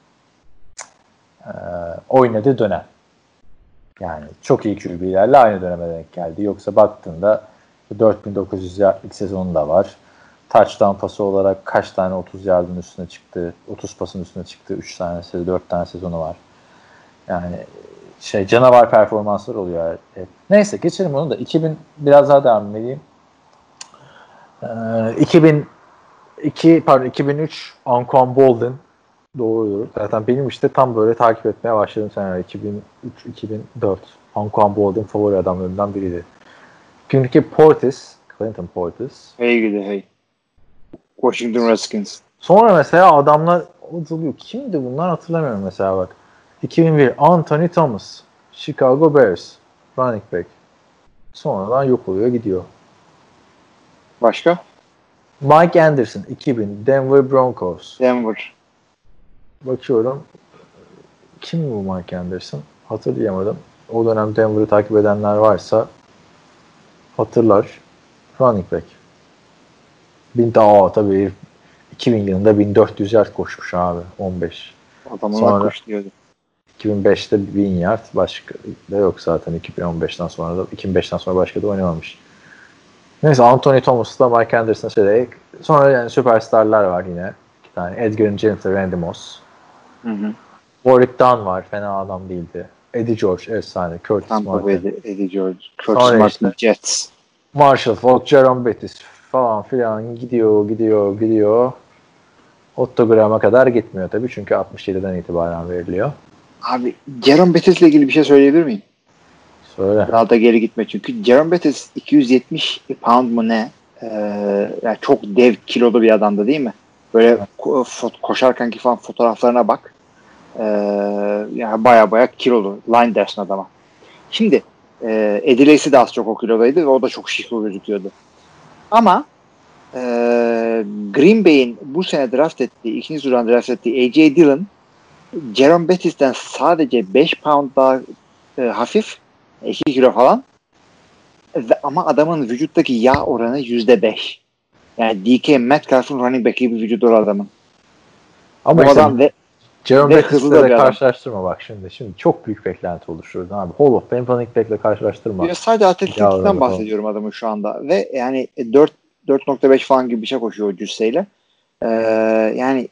e, oynadığı dönem. Yani çok iyi Q B'lerle aynı döneme denk geldi. Yoksa baktığında dört bin dokuz yüz yardlık sezonu da var. Touchdown pası olarak kaç tane otuz yardın üstüne çıktı, otuz pasın üstüne çıktı, üç tane, dört tane sezonu var. Yani şey canavar performanslar oluyor. Evet. Neyse geçelim onu da. iki bin biraz daha devam edeyim. Ee, iki bin iki pardon iki bin üç Anquan Boldin doğrudur. Zaten benim işte tam böyle takip etmeye başladım seneler iki bin üç iki bin dört. Anquan Boldin favori adamlarından biriydi. iki bin iki Portis, Clinton Portis. Hey gidi hey. Washington Redskins. Sonra mesela adamlar atılıyor. Kimdi bunlar hatırlamıyorum mesela bak. iki bin bir Anthony Thomas, Chicago Bears, running back. Sonradan yok oluyor gidiyor. Başka? Mike Anderson iki bin Denver Broncos. Denver. Bakıyorum. Kim bu Mike Anderson? Hatırlayamadım. O dönem Denver'ı takip edenler varsa hatırlar. Running back. Bin daha tabii iki bin yılında bin dört yüz yard koşmuş abi. on beş. Adamlar koş diyordu. iki bin beşte bin yard. Başka da yok zaten. iki bin on beşten sonra da iki bin beşten sonra başka da oynamamış. Neyse Anthony Thomas'la Mike Anderson'a söyledik. Sonra yani süperstarlar var yine. İki tane. Edgar Jensen, Randy Moss. Hı hı. Warwick Dunn var. Fena adam değildi. Eddie George efsane. Curtis Tampa Martin. Eddie, Eddie George. Curtis Martin işte, Jets. Marshall Falk, Jerome Bettis falan filan gidiyor, gidiyor, gidiyor. Ottogram'a kadar gitmiyor tabii çünkü altmış yediden itibaren veriliyor. Abi Jerome Bettis'le ilgili bir şey söyleyebilir miyim? Söyle. Daha da geri gitme çünkü Jerome Bettis iki yüz yetmiş pound mu ne? Ee, yani çok dev kilolu bir adamdı değil mi? Böyle evet. ko- koşarkenki falan fotoğraflarına bak. Ee, yani baya baya kilolu. Line dersin adama. Şimdi e, Eddie Lacy de az çok o kilodaydı ve o da çok şişko gözüküyordu. Ama e, Green Bay'in bu sene draft ettiği, ikinci sıradan draft ettiği A J Dillon Jerome Bettis'ten sadece beş pound daha e, hafif, iki kilo falan ve, ama adamın vücuttaki yağ oranı yüzde beş. Yani D K Metcalf'ın running back gibi bir vücudu var adamın. Ama işte adam ve, Jerome Bettis'le de karşılaştırma bak şimdi. Şimdi çok büyük beklenti oluşturdu abi. Hall of Fame running back'le karşılaştırma. Ya sadece atletikten bahsediyorum adamın şu anda ve yani dört dört nokta beş falan gibi bir şey koşuyor o cüsseyle. Ee, yani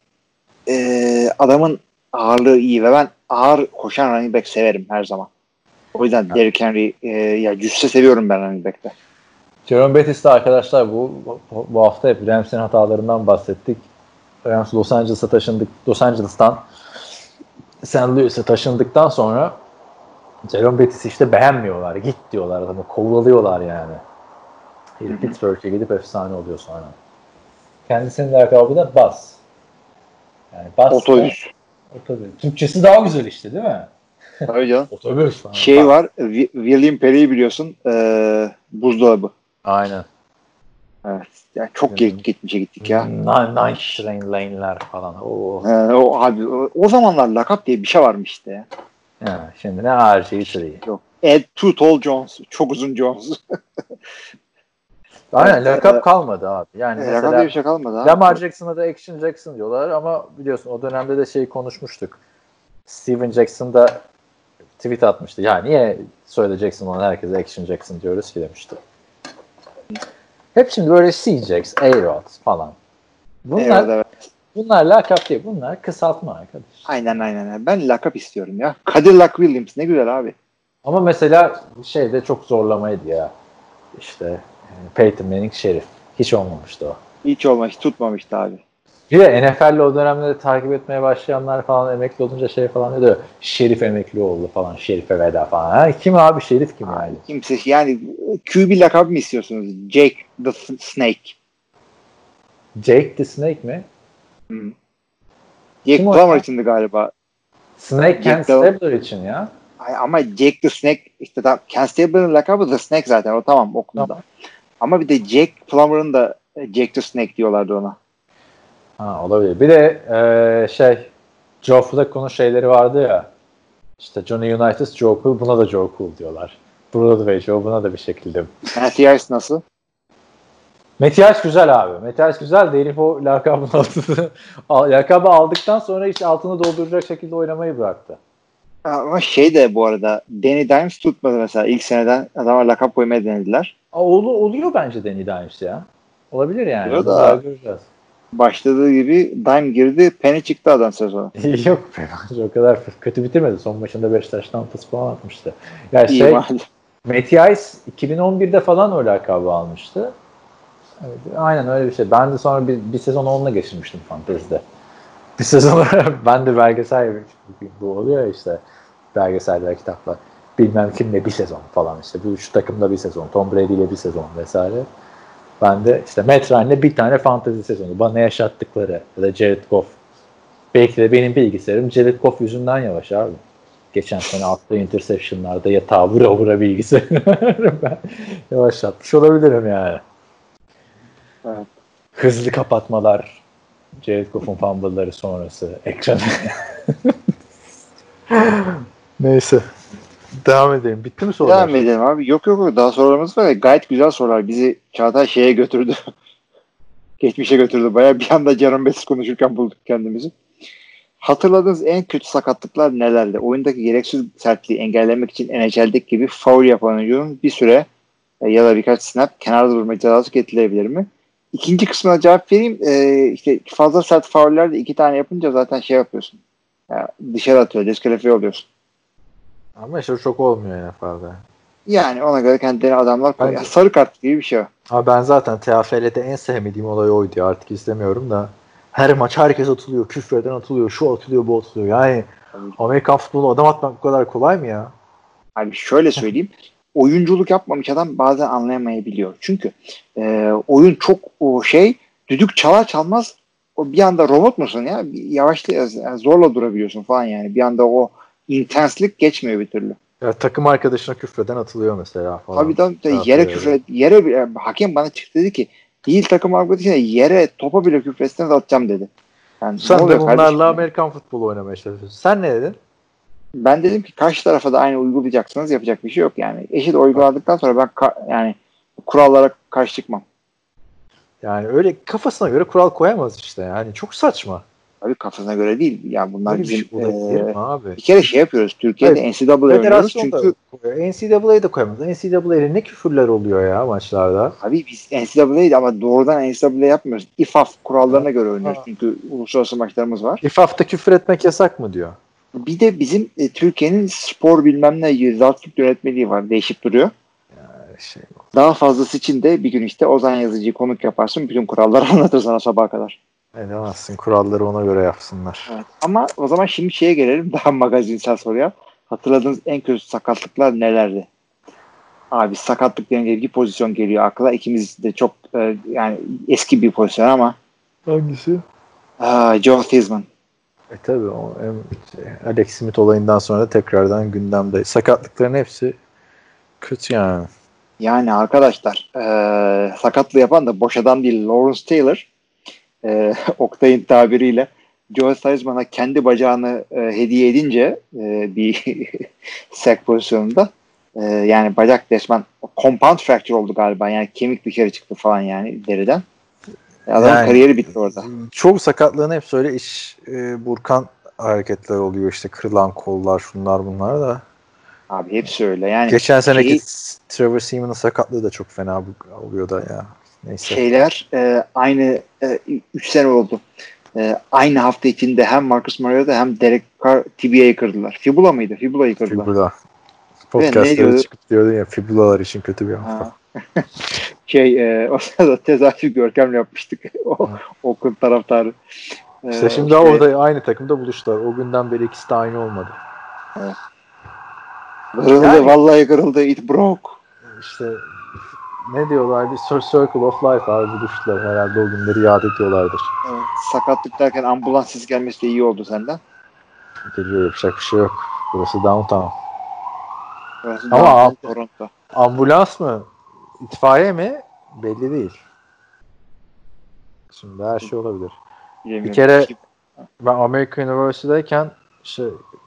e, adamın ağırlığı iyi ve ben ağır koşan running back severim her zaman. O yüzden evet. Derrick Henry e, ya cüsse seviyorum ben running back'te. Jerome Bettis'te arkadaşlar bu bu hafta hep Rams'in hatalarından bahsettik. Rams Los Angeles'a taşındık. Los Angeles'tan Saint Louis'e taşındıktan sonra Jerome Bettis'i işte beğenmiyorlar. Git diyorlar adamı. Kovalıyorlar yani. Pittsburgh'e gidip efsane oluyor sonra. Kendisinin lakabı da Buzz. Yani Buzz otobüs. Otobüs. Türkçesi daha güzel işte değil mi? Tabii canım. Otobüs. Şey Buzz. Var. William Perry'i biliyorsun. Ee, buzdolabı. Aynen. Evet. Yani çok hmm. geçmişe gittik ya. Nine Train Lane'ler falan. Oo. Ee, o, abi, o, o zamanlar lakap diye bir şey varmış işte ya. Ya, şimdi ne her şeyi sırayı. Yok. Ed Too Tall Jones. Çok uzun Jones. Aynen evet, lakap e, kalmadı abi. Yani e, lakap diye bir şey kalmadı abi. Lamar Jackson'a da Action Jackson diyorlar ama biliyorsun o dönemde de şey konuşmuştuk. Steven Jackson da tweet atmıştı. Ya niye söyleyeceksin ona herkese Action Jackson diyoruz ki demişti. Hep şimdi böyle C-Jax, A-Rod falan. Bunlar, evet, evet. bunlar lakap değil. Bunlar kısaltma arkadaş. Aynen aynen. Ben lakap istiyorum ya. Cadillac Williams ne güzel abi. Ama mesela şeyde çok zorlamaydı ya. İşte Peyton Manning Şerif. Hiç olmamıştı o. Hiç olmamış, tutmamıştı abi. Bir de N F L'le o dönemde takip etmeye başlayanlar falan emekli olunca şey falan diyor. Şerif emekli oldu falan. Şerif'e veda falan. Ha, kim abi Şerif kim yani? Kimse yani Q B lakabı mı istiyorsunuz? Jake the Snake. Jake the Snake mi? Hmm. Jake Plummer içindi galiba. Snake Ken Stabler için ya. Ay, ama Jake the Snake işte tam Ken Stabler'ın lakabı The Snake zaten. O tamam okulda. Tamam. Ama bir de Jake Plummer'ın da Jake the Snake diyorlardı ona. Ha, olabilir. Bir de ee, şey Joe Flacco'nun şeyleri vardı ya. İşte Johnny Unitas Joe Cool, buna da Joe Cool diyorlar. Burada da Joe, buna da bir şekilde. Mathias nasıl? Mathias güzel abi. Mathias güzel de herif o lakabın altını lakabı aldıktan sonra hiç altını dolduracak şekilde oynamayı bıraktı. Ama şey de bu arada Danny Dimes tutmadı mesela. İlk seneden adama lakap koymaya denediler. Aa, ol, oluyor bence Danny Dimes ya. Olabilir yani. Oluyor da göreceğiz. Başladığı gibi Dime girdi, Penny çıktı adam sezonu. Yok bence o kadar kötü bitirmedi. Son maçında Beşiktaş'tan pıs falan atmıştı. Yani İyi şey, madem. Mathias iki bin on birde falan o lakabı almıştı. Evet, aynen öyle bir şey. Ben de sonra bir, bir sezon onunla geçirmiştim fantezide. Bir sezon ben de belgesel bu oluyor ya işte belgeseller, kitaplar. Bilmem kimle bir sezon falan işte. Bu üç takımda bir sezon. Tom Brady ile bir sezon vesaire. Ben de işte Matt Ryan'le bir tane fantezi sezonu. Bana yaşattıkları ya da Jared Goff. Belki de benim bilgisayarım Jared Goff yüzünden yavaş abi. Geçen sene attığı interception'larda yatağa vura vura bilgisayarı ben yavaşlatmış olabilirim yani. Evet. Hızlı kapatmalar, Jared Goff'un fumble'ları sonrası ekranı. Neyse. Devam edelim. Bitti mi sorular? Devam edelim abi. Yok yok yok. Daha sorularımız var ya. Gayet güzel sorular. Bizi Çağatay şeye götürdü. Geçmişe götürdü. Bayağı bir anda Jaron Bettis konuşurken bulduk kendimizi. Hatırladığınız en kötü sakatlıklar nelerdi? Oyundaki gereksiz sertliği engellemek için N H L'deki gibi foul yapan oyuncunun bir süre ya da birkaç snap kenarda durma cezası getirilebilir mi? İkinci kısmına cevap vereyim. Ee, işte fazla sert fauller de iki tane yapınca zaten şey yapıyorsun. Yani dışarı atıyor. Diskalifiye oluyorsun. Ama işte çok olmuyor N F L'de. Yani ona göre kendilerine adamlar koyuyor. Sarı kart gibi bir şey o. Abi ben zaten T F L'de en sevmediğim olay oydu ya. Artık izlemiyorum da. Her maç herkes atılıyor. Küfreden atılıyor. Şu atılıyor, bu atılıyor. Yani Tabii. Amerikan futbolu adam atmak bu kadar kolay mı ya? Abi şöyle söyleyeyim. Oyunculuk yapmamış adam bazen anlayamayabiliyor. Çünkü e, oyun çok o şey düdük çalar çalmaz o bir anda robot musun ya? Yavaşla yani zorla durabiliyorsun falan yani. Bir anda o intenslik geçmiyor bir türlü. Ya, takım arkadaşına küfreden atılıyor mesela falan. Abi da yere küfre yere yani, hakem bana çıktı dedi ki değil takım arkadaşına yere topa bile küfretseniz atacağım dedi. Yani sen de bunlarla Amerikan futbolu oynamaya çalışıyorsun. Sen ne dedin? Ben dedim ki karşı tarafa da aynı uygulayacaksınız, yapacak bir şey yok yani. Eşit uyguladıktan sonra ben ka- yani kurallara karşı çıkmam. Yani öyle kafasına göre kural koyamaz işte yani çok saçma. Abi kafasına göre değil. Yani bunlar Öyle bizim bir, şey e, abi. bir kere şey yapıyoruz. Türkiye'de N C A A oynuyoruz çünkü N C A A'yı da koyamaz. N C A A'de ne küfürler oluyor ya maçlarda. Abi biz N C A A'ydı ama doğrudan N C A A yapmıyoruz. I F A F kurallarına göre oynuyoruz. Ha. Çünkü uluslararası maçlarımız var. I F A F'ta küfür etmek yasak mı diyor. Bir de bizim e, Türkiye'nin spor bilmem ne yüzaltlık yönetmeliği var. Değişip duruyor. Yani şey Daha fazlası için de bir gün işte Ozan Yazıcı'yı konuk yaparsın. Bütün kuralları anlatır sana sabaha kadar. Edemezsin. Kuralları ona göre yapsınlar. Evet. Ama o zaman şimdi şeye gelelim. Daha magazinsel soruya. Hatırladığınız en kötü sakatlıklar nelerdi? Abi sakatlık denince bir pozisyon geliyor akla. İkimiz de çok e, yani eski bir pozisyon ama. Hangisi? Aa, Joe Theismann. E tabi o şey, Alex Smith olayından sonra tekrardan gündemde. Sakatlıkların hepsi kötü yani. Yani arkadaşlar e, sakatlığı yapan da boş adam değil. Lawrence Taylor e, Oktay'ın tabiriyle Joe Theismann'a kendi bacağını e, hediye edince e, bir sack pozisyonunda e, yani bacak resmen compound fracture oldu galiba. Yani kemik dışarı çıktı falan yani deriden. Adamın yani, kariyeri bitti orada. Çoğu sakatlığın hep öyle iş e, burkan hareketler oluyor işte kırılan kollar şunlar bunlar da. Abi hepsi öyle. Yani geçen seneki şeyi, Trevor Seaman'ın sakatlığı da çok fena oluyor da ya. Neyse. Şeyler e, aynı üç e, sene oldu. E, aynı hafta içinde hem Marcus Mariota hem Derek Carr tibia'yı kırdılar. Fibula mıydı? Fibula'yı kırdılar. Fibula. Podcast'lara çıkıp diyordun ya fibulalar için kötü bir hafta. şey e, o sırada tezahür görkemle yapmıştık. o Oakland taraftarı. İşte ee, şimdi işte, orada aynı takımda buluştular. O günden beri ikisi de aynı olmadı. Evet. Kırıldı yani, vallahi kırıldı. It broke. İşte ne diyorlar? Bir circle of life abi buluştular. Herhalde o günleri yad ediyorlardır. Evet, sakatlık derken ambulans sesi gelmesi de iyi oldu senden. Geliyor, yapacak bir şey yok. Burası downtown. Burası ama downtown, Toronto. Ambulans mı? İtfaiye mi? Belli değil. Şimdi her şey olabilir. Bilmiyorum. Bir kere ben American University'deyken şey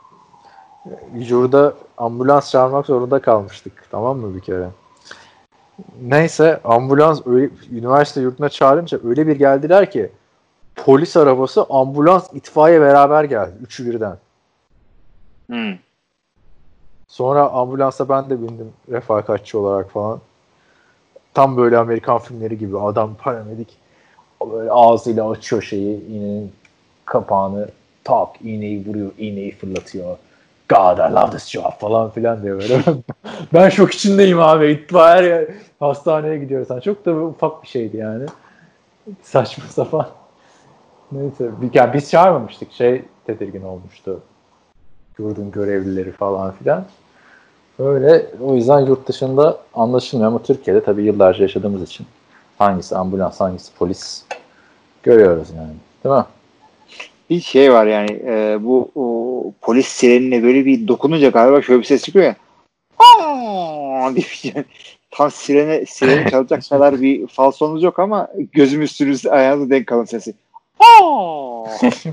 yurda ambulans çağırmak zorunda kalmıştık. Tamam mı bir kere? Neyse ambulans öyle üniversite yurduna çağırınca öyle bir geldiler ki polis arabası, ambulans, itfaiye beraber geldi. Üçü birden. Hmm. Sonra ambulansa ben de bindim refakatçi olarak falan. Tam böyle Amerikan filmleri gibi adam paramedik böyle ağzıyla açıyor şeyi, iğnenin kapağını, tak iğneyi vuruyor, iğneyi fırlatıyor. God I love this job falan filan diyor böyle. Ben şok içindeyim abi. İtfaiye hastaneye gidiyoruz. Yani çok da ufak bir şeydi yani. Saçma sapan. Neyse. Yani biz çağırmamıştık. Şey tedirgin olmuştu. Yurdun görevlileri falan filan. Öyle. O yüzden yurt dışında anlaşılmıyor ama Türkiye'de tabii yıllarca yaşadığımız için hangisi ambulans, hangisi polis görüyoruz yani. Değil mi? Bir şey var yani e, bu o, polis sirenine böyle bir dokununca galiba şöyle bir ses çıkıyor ya. Aa! diye şey. Tam sirene sireni çalacak kadar bir falsonuz yok ama gözüm üstünüzde ayağınıza denk kalın sesi. Aa!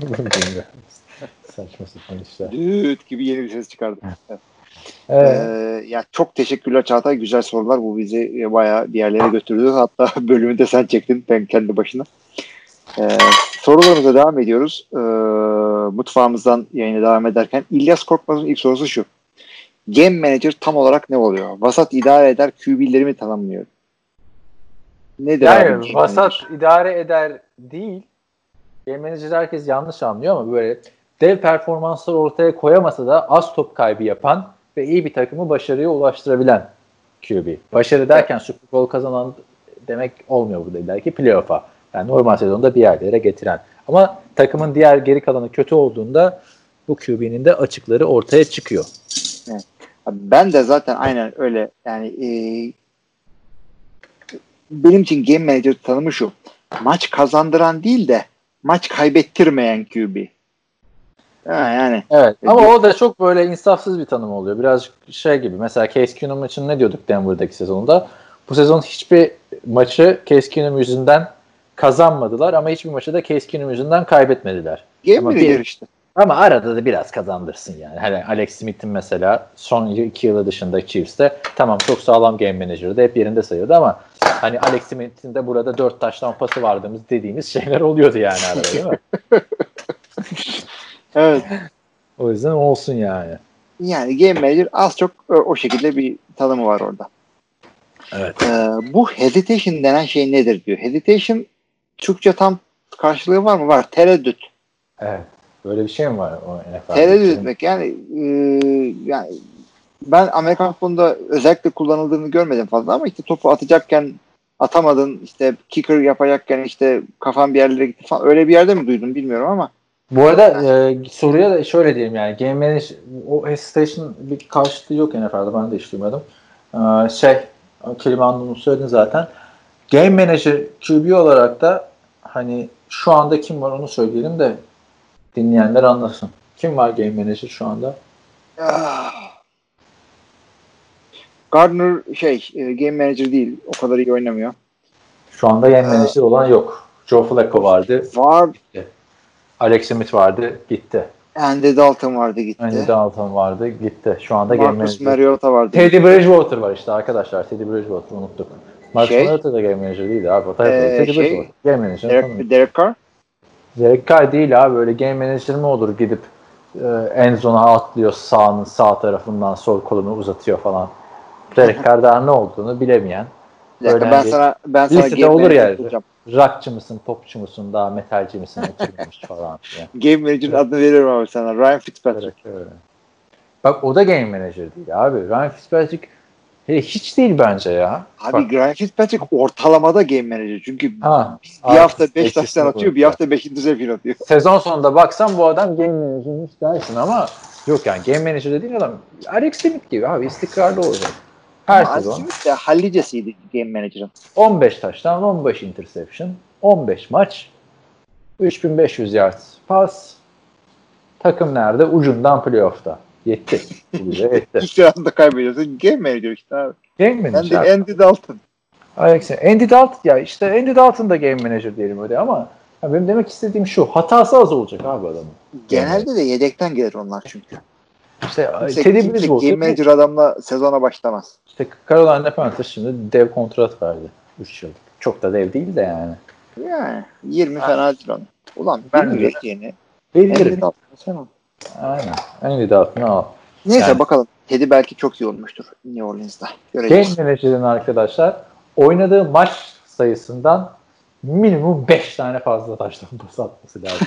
Saçma sapan işler. Düt gibi yeni bir ses çıkardı. Evet. Evet. Ee, ya çok teşekkürler Çağatay. Güzel sorular. Bu bizi bayağı bir yerlere götürdü. Hatta bölümü de sen çektin. Ben kendi başına. Ee, sorularımıza devam ediyoruz. Ee, mutfağımızdan yayına devam ederken İlyas Korkmaz'ın ilk sorusu şu. Game Manager tam olarak ne oluyor? Vasat idare eder, Q B'leri mi tanımlıyor? Nedir yani abi? Vasat manager? idare eder değil. Game Manager herkes yanlış anlıyor ama böyle dev performanslar ortaya koyamasa da az top kaybı yapan ve iyi bir takımı başarıya ulaştırabilen Q B. Başarı derken evet. Super Bowl kazanan demek olmuyor burada illa ki playoff'a. Yani normal sezonda bir yerlere getiren. Ama takımın diğer geri kalanı kötü olduğunda bu Q B'nin de açıkları ortaya çıkıyor. Evet. Ben de zaten aynen öyle. Yani e, benim için Game Manager tanımı şu. Maç kazandıran değil de maç kaybettirmeyen Q B. Ha, yani. Evet. Ama o da çok böyle insafsız bir tanım oluyor. Biraz şey gibi. Mesela Case Keenum için ne diyorduk Denver'daki sezonda? Bu sezon hiçbir maçı Case Keenum yüzünden kazanmadılar ama hiçbir maçı da Case Keenum yüzünden kaybetmediler. Game Manager işte. Ama arada da biraz kazandırsın yani. Hani Alex Smith'in mesela son iki yılı dışında Chiefs'te tamam çok sağlam game manager'dı. Hep yerinde sayıyordu ama hani Alex Smith'in de burada dört taştan pası vardığımız dediğimiz şeyler oluyordu yani arada değil mi? Evet. O yüzden olsun yani. Yani game manager az çok o şekilde bir tanımı var orada. Evet. Ee, bu hesitation denen şey nedir diyor. Hesitation Türkçe tam karşılığı var mı? Var. Tereddüt. Evet. Böyle bir şey mi var o N F L'de? Tereddüt etmek yani e, yani ben Amerikan futbolunda özellikle kullanıldığını görmedim fazla ama işte topu atacakken atamadın, işte kicker yapacakken işte kafan bir yerlere gitti falan, öyle bir yerde mi duydun bilmiyorum ama. Bu arada e, soruya da şöyle diyeyim yani game manager o hesitation bir karşılığı yok N F L'de, ben de hiç duymadım. Ee, şey kelime anlamını söyledin zaten. Game manager Q B olarak da hani şu anda kim var onu söyleyelim de dinleyenler anlasın. Kim var game manager şu anda? Gardner şey game manager değil. O kadar iyi oynamıyor. Şu anda game manager olan yok. Joe Flacco vardı. Var. Gitti. Alex Smith vardı. Gitti. Andy Dalton vardı. Gitti. Andy Dalton vardı. Gitti. Şu anda Marcus game manager. Mariota vardı. Teddy Bridgewater var işte arkadaşlar. Teddy Bridgewater unuttuk. Marcus şey, Mariota da game manager değildi abi. O ee, Teddy şey, Bridgewater. Game manager. Derek, Derek Carr? Derek Carr değil abi. Böyle game manager mi olur gidip e, end zone'a atlıyor sağının sağ tarafından sol kolunu uzatıyor falan. Derek Carr'da ne olduğunu bilemeyen. Bir dakika, ben sana ben sana listede olur yani. Bulacağım. Rockçı mısın, popçu musun, daha metalci misin, oturmuş falan. Yani. Game Manager'ın adını veriyorum abi sana. Ryan Fitzpatrick. Evet, Bak o da Game Manager değil abi. Ryan Fitzpatrick hele hiç değil bence ya. Abi Bak. Ryan Fitzpatrick ortalamada Game Manager. Çünkü ha, bir abi, hafta beş taştan atıyor, bir hafta beş interception atıyor. Sezon sonunda baksan bu adam Game Manager'mış dersin ama yok yani Game Manager dediğin adam Alex Smith gibi abi, istikrarlı olacak. Her ama sezon. Alex Smith de hallicesiydi Game Manager'ın. on beş taştan, on beş interception, on beş maç, üç bin beş yüz yard pas, takım nerede? Ucundan playoff'ta. Yetti. Bu bize yetti. Hiçbir anda kaybediyorsun. Game Manager işte abi. Game Manager. Andy, Andy Dalton. Alex, Andy Dalton ya işte Andy Dalton da Game Manager diyelim öyle ama ya benim demek istediğim şu, hatası az olacak abi adamın. Genelde yani. De yedekten gelir onlar çünkü. İşte kimse, Teddy kimse Bridgewater Game Manager adamla sezona başlamaz. İşte Carolina Panthers şimdi dev kontrat verdi. üç yıllık. Çok da dev değil de yani. Yani yirmi yani. Fena değil onu. Ulan ben mi vereceğini? Veririm. Sen al. Aynen. Andy Dalton'u al. Neyse yani. Bakalım. Teddy belki çok iyi olmuştur New Orleans'da. Göreceğiz. Game Manager'ın arkadaşlar oynadığı maç sayısından minimum beş tane fazla taştan pas atması lazım.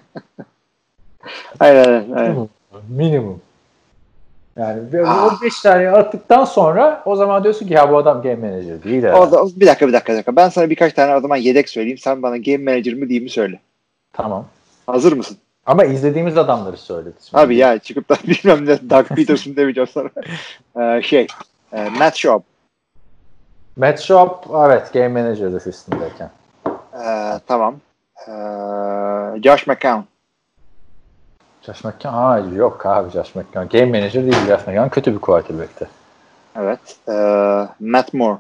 aynen aynen. Minimum. Minimum. Yani ah. o beş tane attıktan sonra o zaman diyorsun ki ya bu adam Game Manager değil. O da, bir dakika bir dakika bir dakika. Ben sana birkaç tane adama yedek söyleyeyim. Sen bana Game Manager mi değil mi söyle. Tamam. Hazır mısın? Ama izlediğimiz adamları söyledi. Abi ya çıkıp da bilmem ne Doug Peterson demeyeceğim sana. ee, şey e, Matt Schaub. Matt Schaub evet Game Manager'da sistemdeyken. Ee, tamam. Ee, Josh McCown. Josh McCown hayır yok abi Josh McCown. Game Manager değil Josh McCown. Kötü bir quarterback'ti. Evet. Ee, Matt Moore.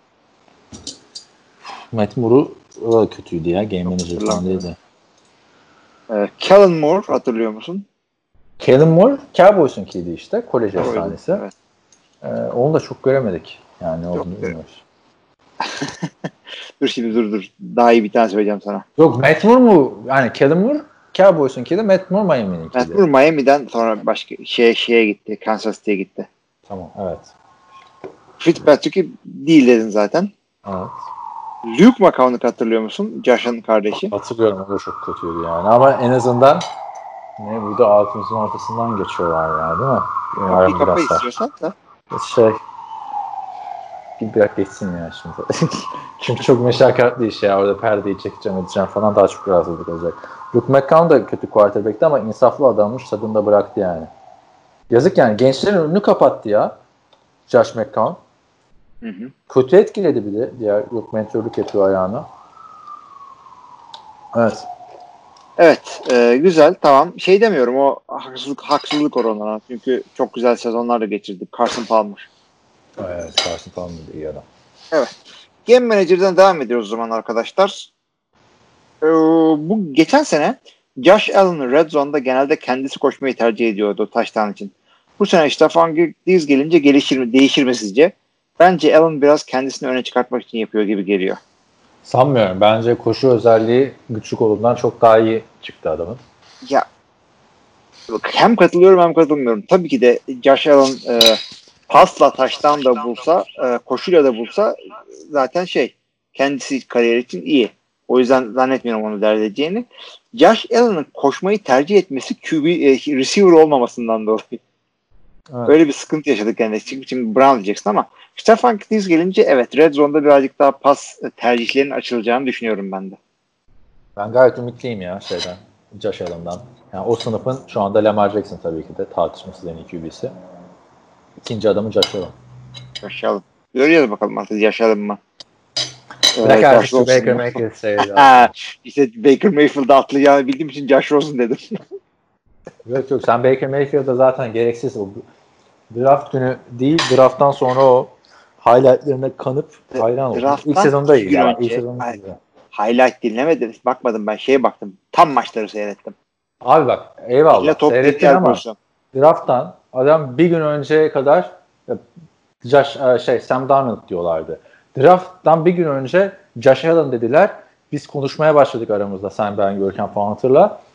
Matt Moore'u o da kötüydü ya. Game Manager falan değildi. Ee, Kellen Moore hatırlıyor musun? Kellen Moore Cowboys'unkiydi işte. Kolej efsanesi. Evet. Ee, onu da çok göremedik. Yani olduğunu bilmiyoruz. dur şimdi dur dur. Daha iyi bir tane söyleyeceğim sana. Yok Matt Moore mu? Yani Kellen Moore Cowboys'unkiydi. Matt Moore Miami'ninkiydi. Matt Moore Miami'den sonra başka şeye, şeye gitti. Kansas City'ye gitti. Tamam evet. Fitzpatrick'i değil dedin zaten. Evet. Luke McCown'u hatırlıyor musun? Josh'ın kardeşi. Hatırlıyorum. O da çok kötüydü yani. Ama en azından ne burada altımızın ortasından geçiyorlar yani değil mi? Yani bir kafa istiyorsan da. Şey bir bırak geçsin ya şimdi. Çünkü çok meşakkatli iş ya. Orada perdeyi çekeceğim edeceğim falan daha çok rahatsızlık olacak. Luke McCown da kötü quarterback'ti ama insaflı adammış. Tadını da bıraktı yani. Yazık yani. Gençlerin önünü kapattı ya. Josh McCown. Hı hı. Kötü etkiledi bir de. Diğer yok mentörlük yapıyor ayağına. Evet. Evet. E, güzel. Tamam. Şey demiyorum o haksızlık, haksızlık oranına. Çünkü çok güzel sezonlar da geçirdik. Carson Palmer. Evet. Carson Palmer da iyi adam. Evet. Game Manager'dan devam ediyoruz o zaman arkadaşlar. Ee, bu geçen sene Josh Allen Red Zone'da genelde kendisi koşmayı tercih ediyordu touchdown için. Bu sene Stefan Diggs gelince gelişir mi, değişir mi sizce? Bence Allen biraz kendisini öne çıkartmak için yapıyor gibi geliyor. Sanmıyorum. Bence koşu özelliği güçlü kolundan çok daha iyi çıktı adamın. Ya hem katılıyorum hem katılmıyorum. Tabii ki de Josh Allen e, pasla taştan da bulsa, e, koşuyla da bulsa zaten şey kendisi kariyer için iyi. O yüzden zannetmiyorum onu dert edeceğini. Josh Allen'ın koşmayı tercih etmesi Q B e, receiver olmamasından dolayı. Evet. Böyle bir sıkıntı yaşadık yani. Şimdi, şimdi Brown diyeceksin ama Stefan Diggs gelince evet Red Zone'da birazcık daha pas tercihlerinin açılacağını düşünüyorum ben de. Ben gayet ümitliyim ya şeyden. Josh Allen'dan. Yani o sınıfın şu anda Lamar Jackson tabii ki de tartışmasız en iyi Q B'si. İkinci adamı Josh Allen. Josh Allen. Görüyoruz bakalım artık Josh Allen mı? Bırak ee, artık Baker Mayfield sayılır. İşte Baker Mayfield'ı atlayacağını bildiğim için Josh Rosen dedim. Yok yok sen Baker Mayfield'da zaten gereksiz o draft günü değil drafttan sonra o highlightlerine kanıp hayran oldum. İlk sezonda iyi yani. İlk sezonda iyi. Highlight dinlemedim. Bakmadım ben şeye baktım. Tam maçları seyrettim. Abi bak eyvallah seyrettin ama olsun. Drafttan adam bir gün önceye kadar Josh, şey Sam Darnold diyorlardı. Draft'tan bir gün önce Josh Allen dediler. Biz konuşmaya başladık aramızda. Sen, ben, Görkem falan hatırla.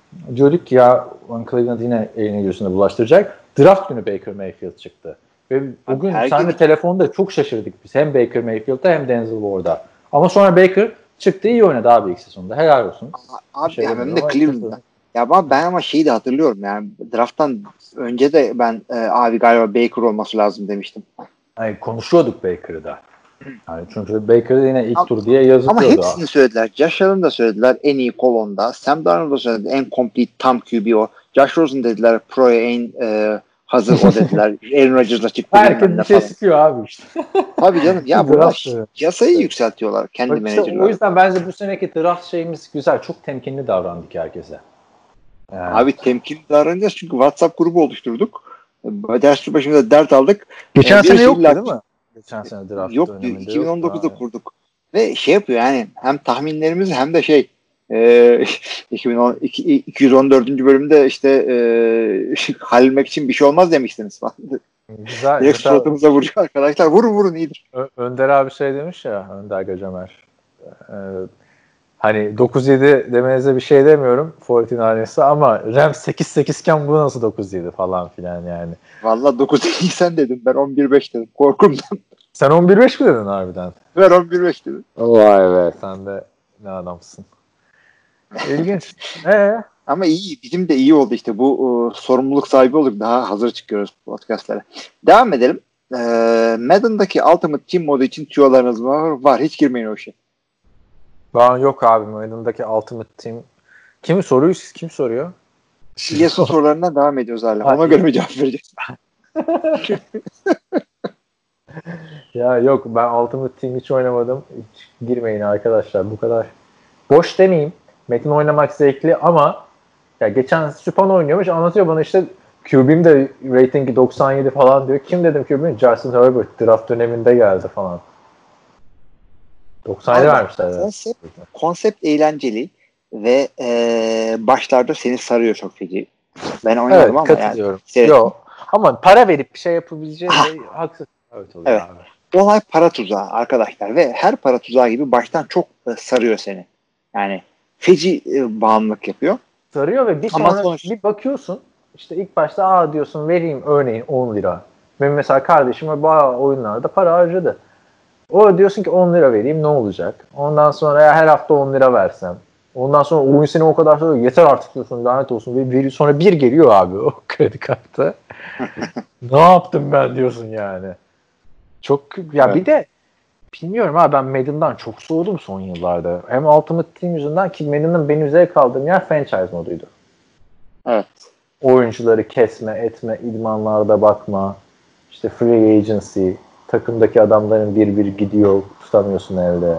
diyorduk ki ya Cleveland yine elini gözüne bulaştıracak. Draft günü Baker Mayfield çıktı. Ve bugün seninle gün... telefonda çok şaşırdık biz. Hem Baker Mayfield'da hem Denzel Ward'da. Ama sonra Baker çıktı, iyi oynadı abi ilk sezonda. Helal olsun. Abi şey hem de Cleveland'da. Ya ben, ben ama şeyi de hatırlıyorum yani drafttan önce de ben e, abi galiba Baker olması lazım demiştim. Yani konuşuyorduk Baker'ı da. Yani çünkü Baker'ı yine ilk ama, tur diye yazılıyordu. Ama hepsini abi söylediler. Josh Allen da söylediler en iyi kolonda. Sam Darnold da söyledi en complete tam Q B o. Josh Rosen dediler pro'ya en e, hazır o dediler. Aaron Rodgers'la çıktı. Herkes bir şey sıkıyor abi işte. Tabii canım. Ya bunlar yasayı yükseltiyorlar kendi işte menajerler. O yüzden bence bu seneki draft şeyimiz güzel. Çok temkinli davrandık herkese. Yani. Abi temkinli davranacağız çünkü WhatsApp grubu oluşturduk. Ders başımıza dert aldık. Geçen yani sene yoktu değil mi? Geçen sene draft yoktu. iki bin on dokuzda yoktu kurduk. Ve şey yapıyor yani hem tahminlerimiz hem de şey e, iki bin on, iki yüz on dördüncü bölümde işte e, halletmek için bir şey olmaz demiştiniz falan. Güzel. Direkt suratımıza vuruyor arkadaşlar. Vurun vurun iyidir. Ö- Önder abi şey demiş ya, Önder Göcemer. Ee, hani dokuz yedi demenize bir şey demiyorum Fortin ailesi ama Rams sekiz sekiz iken bu nasıl dokuz yedi falan filan yani. Valla dokuz yedi sen dedim. Ben on bir beş dedim. Korkumdan. Sen on bir beş mi dedin harbiden? Ben on bir beş dedim. Vay be. Sen de ne adamsın. İlginç. Ee? Ama iyi. Bizim de iyi oldu işte. Bu uh, sorumluluk sahibi olduk. Daha hazır çıkıyoruz podcastlara. Devam edelim. Ee, Madden'daki Ultimate Team modu için tüyolarınız var. Var. Hiç girmeyin o işe. Ben yok abi. Madden'daki Ultimate Team. Kimi soruyor? Siz kim soruyor? Yesu sorularına devam ediyoruz hala. Ona göre mi cevap vereceğiz? Ya yok. Ben Ultimate Team hiç oynamadım. Hiç girmeyin arkadaşlar. Bu kadar. Boş demeyeyim. Metin oynamak zevkli ama ya geçen Süpan oynuyormuş, anlatıyor bana işte Q B'm de ratingi doksan yedi falan diyor. Kim dedim Q B'm? Justin Herbert draft döneminde geldi falan. doksan yedi vermişler. Konsept, konsept eğlenceli ve ee, başlarda seni sarıyor çok feci. Ben oynadım evet, ama katılıyorum. Yani. Yok. Ama para verip bir şey yapabileceğin de haksız. Evet, evet. Abi. Olay para tuzağı arkadaşlar ve her para tuzağı gibi baştan çok e, sarıyor seni. Yani feci e, bağımlılık yapıyor. Sarıyor ve bir Ama sonra sonuç... bir bakıyorsun işte ilk başta aa diyorsun vereyim örneğin on lira. Benim mesela kardeşim bayağı oyunlarda para harcadı. O diyorsun ki on lira vereyim ne olacak? Ondan sonra ya her hafta on lira versem. Ondan sonra oyun seni o kadar sonra yeter artık diyorsun lanet olsun. Ve sonra bir geliyor abi o kredi kartı. Ne yaptım ben diyorsun yani. Çok ya evet. Bir de bilmiyorum abi ben Madden'dan çok soğudum son yıllarda. Hem Ultimate Team yüzünden ki Madden'ın benim zevk aldığım yer franchise moduydu. Evet. Oyuncuları kesme, etme, idmanlarda bakma, işte free agency, takımdaki adamların bir bir gidiyor, tutamıyorsun elde.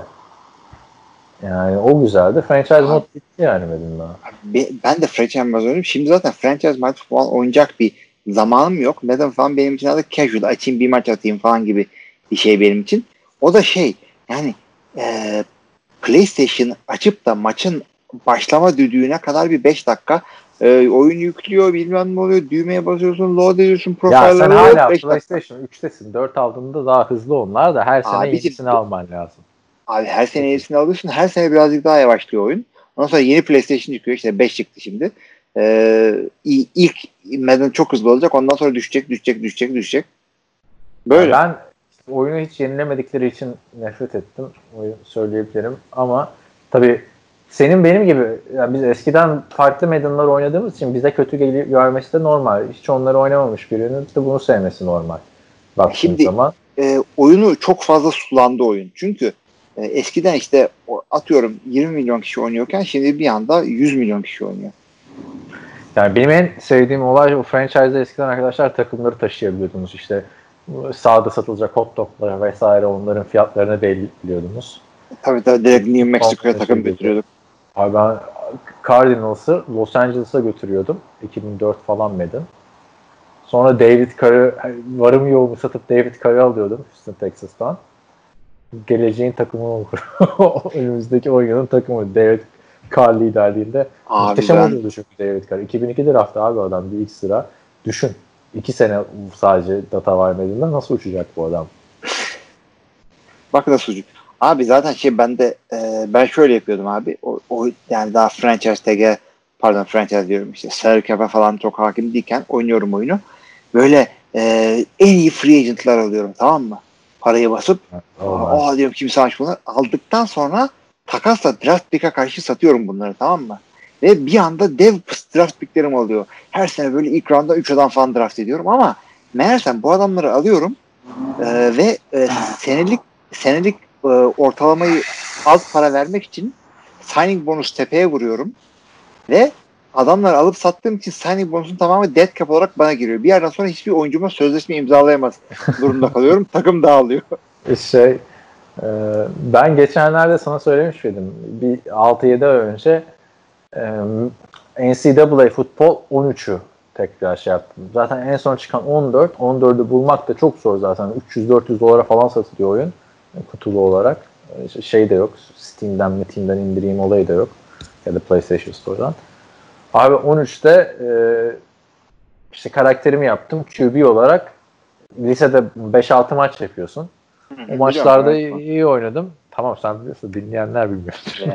Yani o güzeldi. Franchise mod bitti yani Madden'da. Ben de franchise mod oynuyorum. Şimdi zaten franchise mod falan oynayacak bir zamanım yok. Madden falan benim için artık casual. Açayım bir maç atayım falan gibi bir şey benim için. O da şey yani e, PlayStation açıp da maçın başlama düdüğüne kadar bir beş dakika e, oyun yüklüyor bilmem ne oluyor düğmeye basıyorsun load ediyorsun profilleri. Ya sen hala PlayStation üçtesin üçtesin aldığında daha hızlı onlar da her sene abi, yenisini alman lazım. Abi her sene yenisini alıyorsun her sene birazcık daha yavaşlıyor oyun. Ondan sonra yeni PlayStation çıkıyor işte beş çıktı şimdi. Ee, ilk Madden çok hızlı olacak ondan sonra düşecek düşecek düşecek düşecek. Böyle. Ya ben oyunu hiç yenilemedikleri için nefret ettim. Oyun söyleyebilirim. Ama tabii senin benim gibi yani biz eskiden farklı Madden'lar oynadığımız için bize kötü görmesi de normal. Hiç onları oynamamış birinin de bunu sevmesi normal. Baktığın Şimdi zaman. E, oyunu çok fazla sulandı oyun. Çünkü e, eskiden işte atıyorum yirmi milyon kişi oynuyorken şimdi bir anda yüz milyon kişi oynuyor. Yani benim en sevdiğim olay o franchise'da eskiden arkadaşlar takımları taşıyabiliyordunuz işte. Sağda satılacak hot doglar vesaire onların fiyatlarını belirliyordunuz. Tabii tabii direkt New Mexico'ya takım götürüyorduk. Abi ben Cardinals'ı Los Angeles'a götürüyordum. iki bin dört falan Madden. Sonra David Carr'ı varım yoğumu satıp David Carr'ı alıyordum Houston, Texas'tan. Geleceğin takımı olur. Önümüzdeki oyunun takımı David Carr liderliğinde. Abi muhteşem ben... oluyordu çünkü David Carr. iki bin iki draftı abi adam bir ilk sıra. Düşün. İki sene sadece data vermediğinde nasıl uçacak bu adam? Bak nasıl uçacak. Abi zaten şey ben de e, ben şöyle yapıyordum abi. O, o yani daha franchise tag'e pardon franchise diyorum işte salary cap'e falan çok hakim değilken oynuyorum oyunu. Böyle e, en iyi free agent'lar alıyorum, tamam mı? Parayı basıp aa diyorum kimse aç bunu. Aldıktan sonra takasla draft pick'e karşı satıyorum bunları, tamam mı? Ve bir anda dev draft pick'lerim oluyor. Her sene böyle ilk roundda üç adam falan draft ediyorum ama meğersem bu adamları alıyorum e, ve e, senelik senelik e, ortalamayı az para vermek için signing bonus tepeye vuruyorum ve adamları alıp sattığım için signing bonusun tamamı dead cap olarak bana giriyor. Bir yerden sonra hiçbir oyuncuma sözleşme imzalayamaz durumda kalıyorum. Takım dağılıyor. Şey e, ben geçenlerde sana söylemiş miydim? Bir altı yedi ay önce e, N C A A futbol on üçü tekrar şey yaptım. Zaten en son çıkan on dört. on dördü bulmak da çok zor zaten. üç yüz dört yüz dolara falan satılıyor oyun. Kutulu olarak. Şey de yok. Steam'den mi Steam'den indireyim olayı da yok. Ya da PlayStation Store'dan. Abi on üçte e, işte karakterimi yaptım. Q B olarak lisede beş altı maç yapıyorsun. Hı, o maçlarda iyi, iyi oynadım. Tamam sen biliyorsun. Dinleyenler bilmiyor.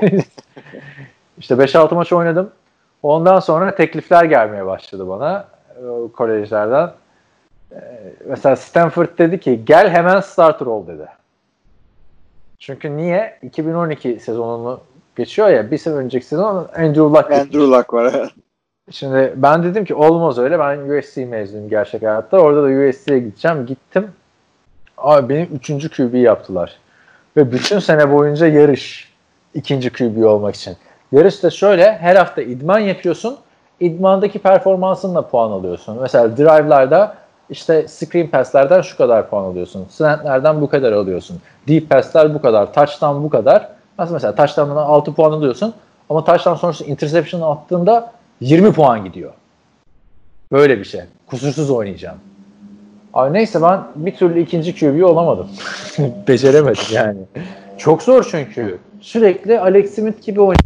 İşte beş altı maç oynadım. Ondan sonra teklifler gelmeye başladı bana o, kolejlerden. E, mesela Stanford dedi ki gel hemen starter ol dedi. Çünkü niye? iki bin on iki sezonunu geçiyor ya, bir sene önceki sezon Andrew Luck. Andrew Luck var. Evet. Şimdi ben dedim ki olmaz öyle. Ben U S C mezunuyum gerçek hayatta. Orada da U S C'ye gideceğim. Gittim. Abi benim üçüncü Q B yaptılar. Ve bütün sene boyunca yarış. İkinci Q B olmak için. Yarış da şöyle. Her hafta idman yapıyorsun. İdmandaki performansınla puan alıyorsun. Mesela drive'larda işte screen pass'lerden şu kadar puan alıyorsun. Slant'lerden bu kadar alıyorsun. Deep pass'ler bu kadar. Touchdown bu kadar. Nasıl mesela touchdown'dan altı puan alıyorsun. Ama touchdown sonrası interception attığında yirmi puan gidiyor. Böyle bir şey. Kusursuz oynayacağım. Abi neyse ben bir türlü ikinci Q B olamadım. Beceremedim yani. Çok zor çünkü. Sürekli Alex Smith gibi oynuyor.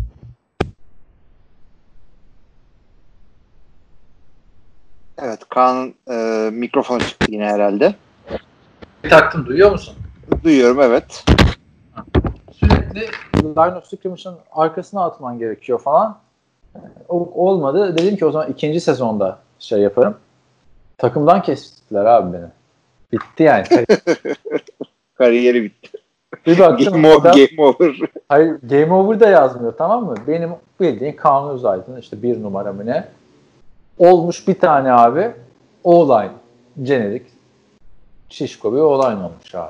Evet, Kaan'ın e, mikrofonu çıktı yine herhalde. Taktım, duyuyor musun? Duyuyorum, evet. Sürekli line of scrimmage'ın arkasına atman gerekiyor falan. O, olmadı. Dedim ki o zaman ikinci sezonda şey yaparım. Takımdan kestiler abi beni. Bitti yani. Kariyeri bitti. Bir baktım. Game over, game over. Hayır, game over da yazmıyor, tamam mı? Benim bildiğin Kaan Özaydın işte bir numara mı ne? Olmuş bir tane abi. O-line. Jenerik. Şişko bir O-line olmuş abi.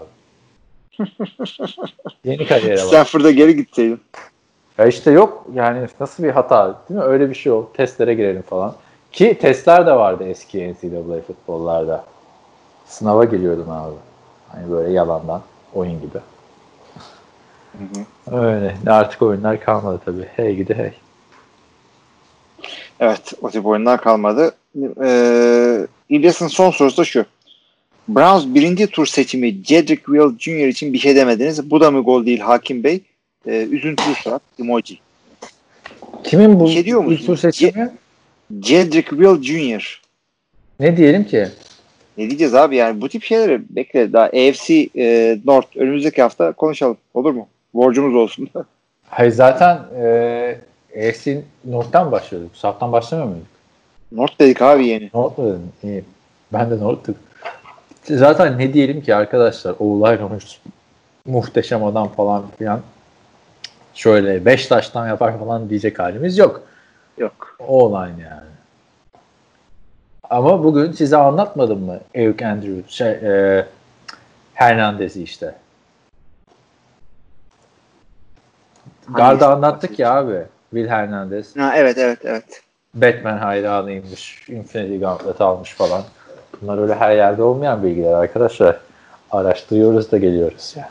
Yeni kariyere bak. Stanford'a geri gitseydin. Ya işte yok yani nasıl bir hata değil mi? Öyle bir şey oldu. Testlere girelim falan. Ki testler de vardı eski N C A A futbollarda. Sınava giriyordum abi. Hani böyle yalandan. Oyun gibi. Hı hı. Öyle. Artık oyunlar kalmadı tabii. Hey gidi hey. Evet. O tip oyunlar kalmadı. Ee, İlyas'ın son sorusu da şu. Browns birinci tur seçimi Jedrick Will Junior için bir şey demediniz. Bu da mı gol değil Hakim Bey? Ee, üzüntülü surat. Emoji. Kimin bu şey ilk tur seçimi? Jedrick Will Junior Ne diyelim ki? Ne diyeceğiz abi yani bu tip şeyleri bekle. Daha A F C e, North önümüzdeki hafta konuşalım. Olur mu? Borcumuz olsun. Hayır zaten e, A F C North'tan başlıyorduk. South'tan başlamıyor muyduk? North dedik abi yeni. North mu dedin? İyi. Ben de North dedim. Zaten ne diyelim ki arkadaşlar, Oğulay olmuş muhteşem adam falan filan. Şöyle beş taştan yapar falan diyecek halimiz yok. Yok. Oğlan yani. Ama bugün size anlatmadım mı Eric Andrews şey, e, Hernandez'i işte. Garda anlattık ya abi. Will Hernandez. Ha, evet evet evet. Batman hayranıymış. Infinity Gauntlet almış falan. Bunlar öyle her yerde olmayan bilgiler arkadaşlar. Araştırıyoruz da geliyoruz ya.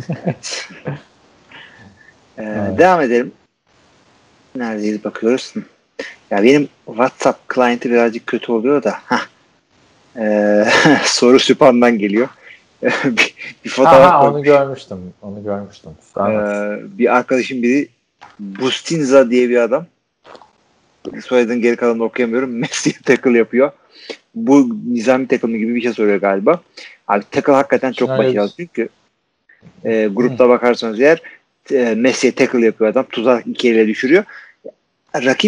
ee, evet. Devam edelim. Neredeyiz bakıyoruz. Ya benim WhatsApp client'i birazcık kötü oluyor da. Ee, soru süpandan geliyor. bir, bir fotoğraf ha, ha, onu görmüştüm. Onu görmüştüm. Ee, bir arkadaşım biri Bustinza diye bir adam. Soyadının geri kalanını okuyamıyorum. Messi'ye tackle yapıyor. Bu nizami tackle gibi bir şey soruyor galiba. Abi tackle hakikaten çok başarılı. Çünkü e, grupta bakarsanız eğer e, Messi'ye tackle yapıyor adam. Tuzak iki elle düşürüyor. Rakibin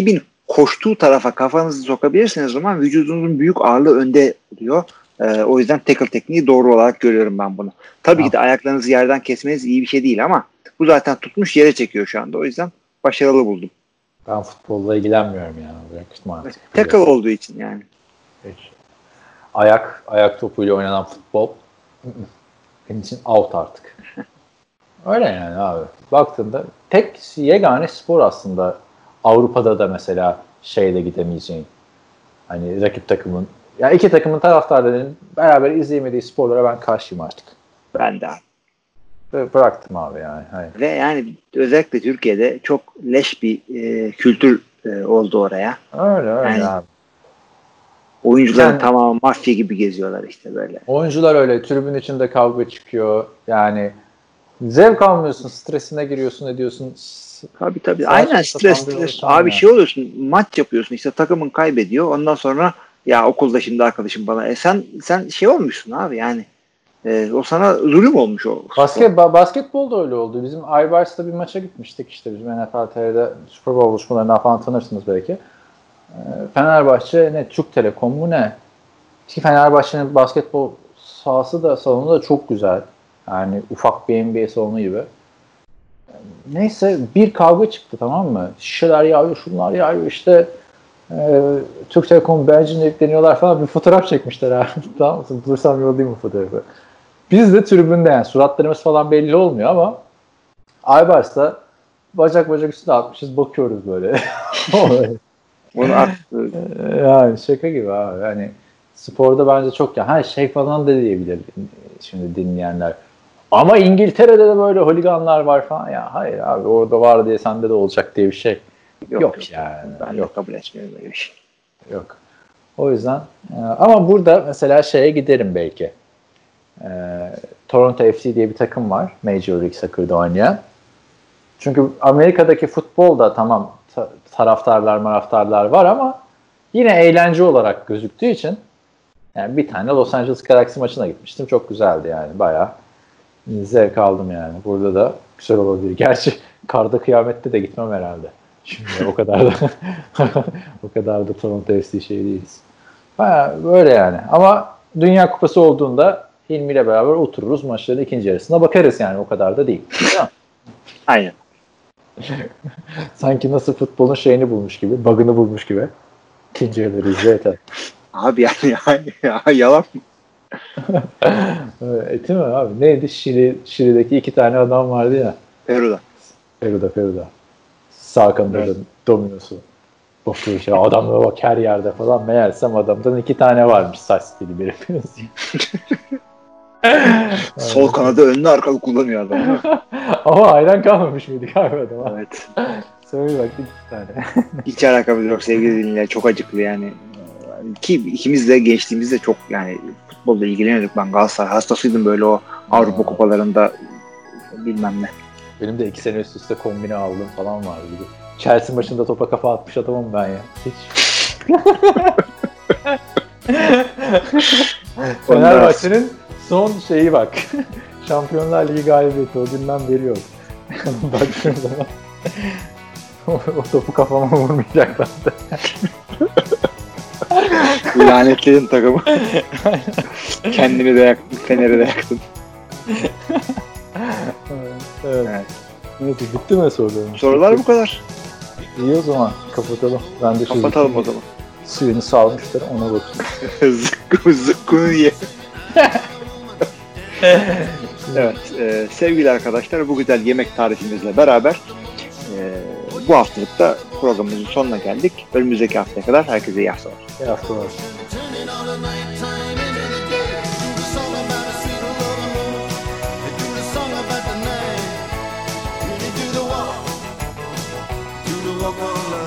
koştuğu tarafa kafanızı sokabilirseniz o zaman vücudunuzun büyük ağırlığı önde oluyor. Ee, o yüzden tackle tekniği doğru olarak görüyorum ben bunu. Tabii ha. ki de ayaklarınızı yerden kesmeniz iyi bir şey değil ama bu zaten tutmuş yere çekiyor şu anda. O yüzden başarılı buldum. Ben futbolla ilgilenmiyorum yani. Evet, tackle olduğu için yani. Hiç. Ayak, ayak topuyla oynanan futbol benim için out artık. Öyle yani abi. Baktığında tek yegane spor aslında Avrupa'da da mesela şeyle gidemeyeceğin. Hani rakip takımın ya iki takımın taraftarlarının beraber izleyemediği sporlara ben karşıyım artık. Ben de abi. Bıraktım abi yani. Hayır. Ve yani özellikle Türkiye'de çok leş bir e, kültür e, oldu oraya. Öyle öyle yani, abi. Oyuncuların yani, tamamı mafya gibi geziyorlar işte böyle. Oyuncular öyle. Tribün içinde kavga çıkıyor. Yani zevk almıyorsun. Stresine giriyorsun ediyorsun. Tabii tabii. Saat aynen stres stres. Abi yani. Şey oluyorsun. Maç yapıyorsun işte takımın kaybediyor. Ondan sonra ya okulda şimdi arkadaşım bana. E sen sen şey olmuşsun abi yani. E, o sana zulüm olmuş o. Basket, ba- basketbol da öyle oldu. Bizim Aybars'ta bir maça gitmiştik işte bizim N F L T V'de Super Bowl buluşmalarından falan tanırsınız belki. E, Fenerbahçe ne? Türk Telekom mu ne? Ki Fenerbahçe'nin basketbol sahası da salonu da çok güzel. Yani ufak bir N B A salonu gibi. Neyse bir kavga çıktı tamam mı? Şişeler yağıyor, şunlar yağıyor işte. E, Türk Telekom bencil yükleniyorlar falan bir fotoğraf çekmişler abi. Tamam mı? Bulursam yollayayım bu fotoğrafı. Biz de tribünde yani suratlarımız falan belli olmuyor ama Aybars'ta bacak bacak üstüne atmışız bakıyoruz böyle. Bunu at. Yani şaka gibi abi. Yani sporda bence çok ya her şey falan da diyebilir şimdi dinleyenler. Ama İngiltere'de de böyle holiganlar var falan ya. Hayır abi orada var diye sende de olacak diye bir şey yok, yok, yok yani. Ben yok kabul etmiyorum böyle bir şey. Yok. O yüzden ama burada mesela şeye giderim belki. Ee, Toronto F C diye bir takım var. Major League Soccer'da oynayan. Çünkü Amerika'daki futbolda tamam ta- taraftarlar maraftarlar var ama yine eğlence olarak gözüktüğü için yani bir tane Los Angeles Galaxy maçına gitmiştim. Çok güzeldi yani. Bayağı zevk aldım yani. Burada da güzel olabilir. Gerçi karda kıyamette de gitmem herhalde. Şimdi o kadar da o kadar da Toronto F C şey değiliz. Bayağı böyle yani. Ama Dünya Kupası olduğunda Hilmi ile beraber otururuz. Maçların ikinci yarısına bakarız yani. O kadar da değil. Aynen. Sanki nasıl futbolun şeyini bulmuş gibi, bug'ını bulmuş gibi. İkinci yarıları izle yeter. Abi yani, yani ya, yalan mı? Evet, değil mi abi? Neydi? Şili, Şili'deki iki tane adam vardı ya. Peru'da. Peru'da, Peru'da. Sağ kanada evet. Dominosu. Bakıyor işte adamlara bak her yerde falan. Meğersem adamdan iki tane varmış saç stili biri. Sol kanadı önlü arkalı kullanıyor adam. Ama hayran kalmamış mıydık abi adama? Evet. Söyle bak iki tane. Hiç alakamız yok sevgili dinleyiciler. Çok acıklı yani. Ki ikimiz de gençliğimizde çok yani futbolla ilgileniyorduk. Ben Galatasaray hastasıydım böyle o Avrupa kupalarında bilmem ne. Benim de iki sene üst üste kombine aldığım falan vardı. Chelsea maçında topa kafa atmış adamım ben ya. Hiç. Fenerbahçe'nin son şeyi bak. Şampiyonlar Ligi galibiyeti o günden beri yok. Baktığım zaman o topu kafama vurmayacaklardı. Lanetledin takımı. Kendini de yaktın, Fener'i de yaktın. Evet. Evet. Neyse bitti mi sorularım? Sorular bu kadar. İyi o zaman kapatalım. Ben de kapatalım o zaman. Suyunu salmıştır ona bakayım. Zıkkı zıkkını ye. Evet e, sevgili arkadaşlar bu güzel yemek tarifimizle beraber e, bu haftalıkta programımızın sonuna geldik. Önümüzdeki haftaya kadar herkese iyi haftalar. İyi haftalar. Walk on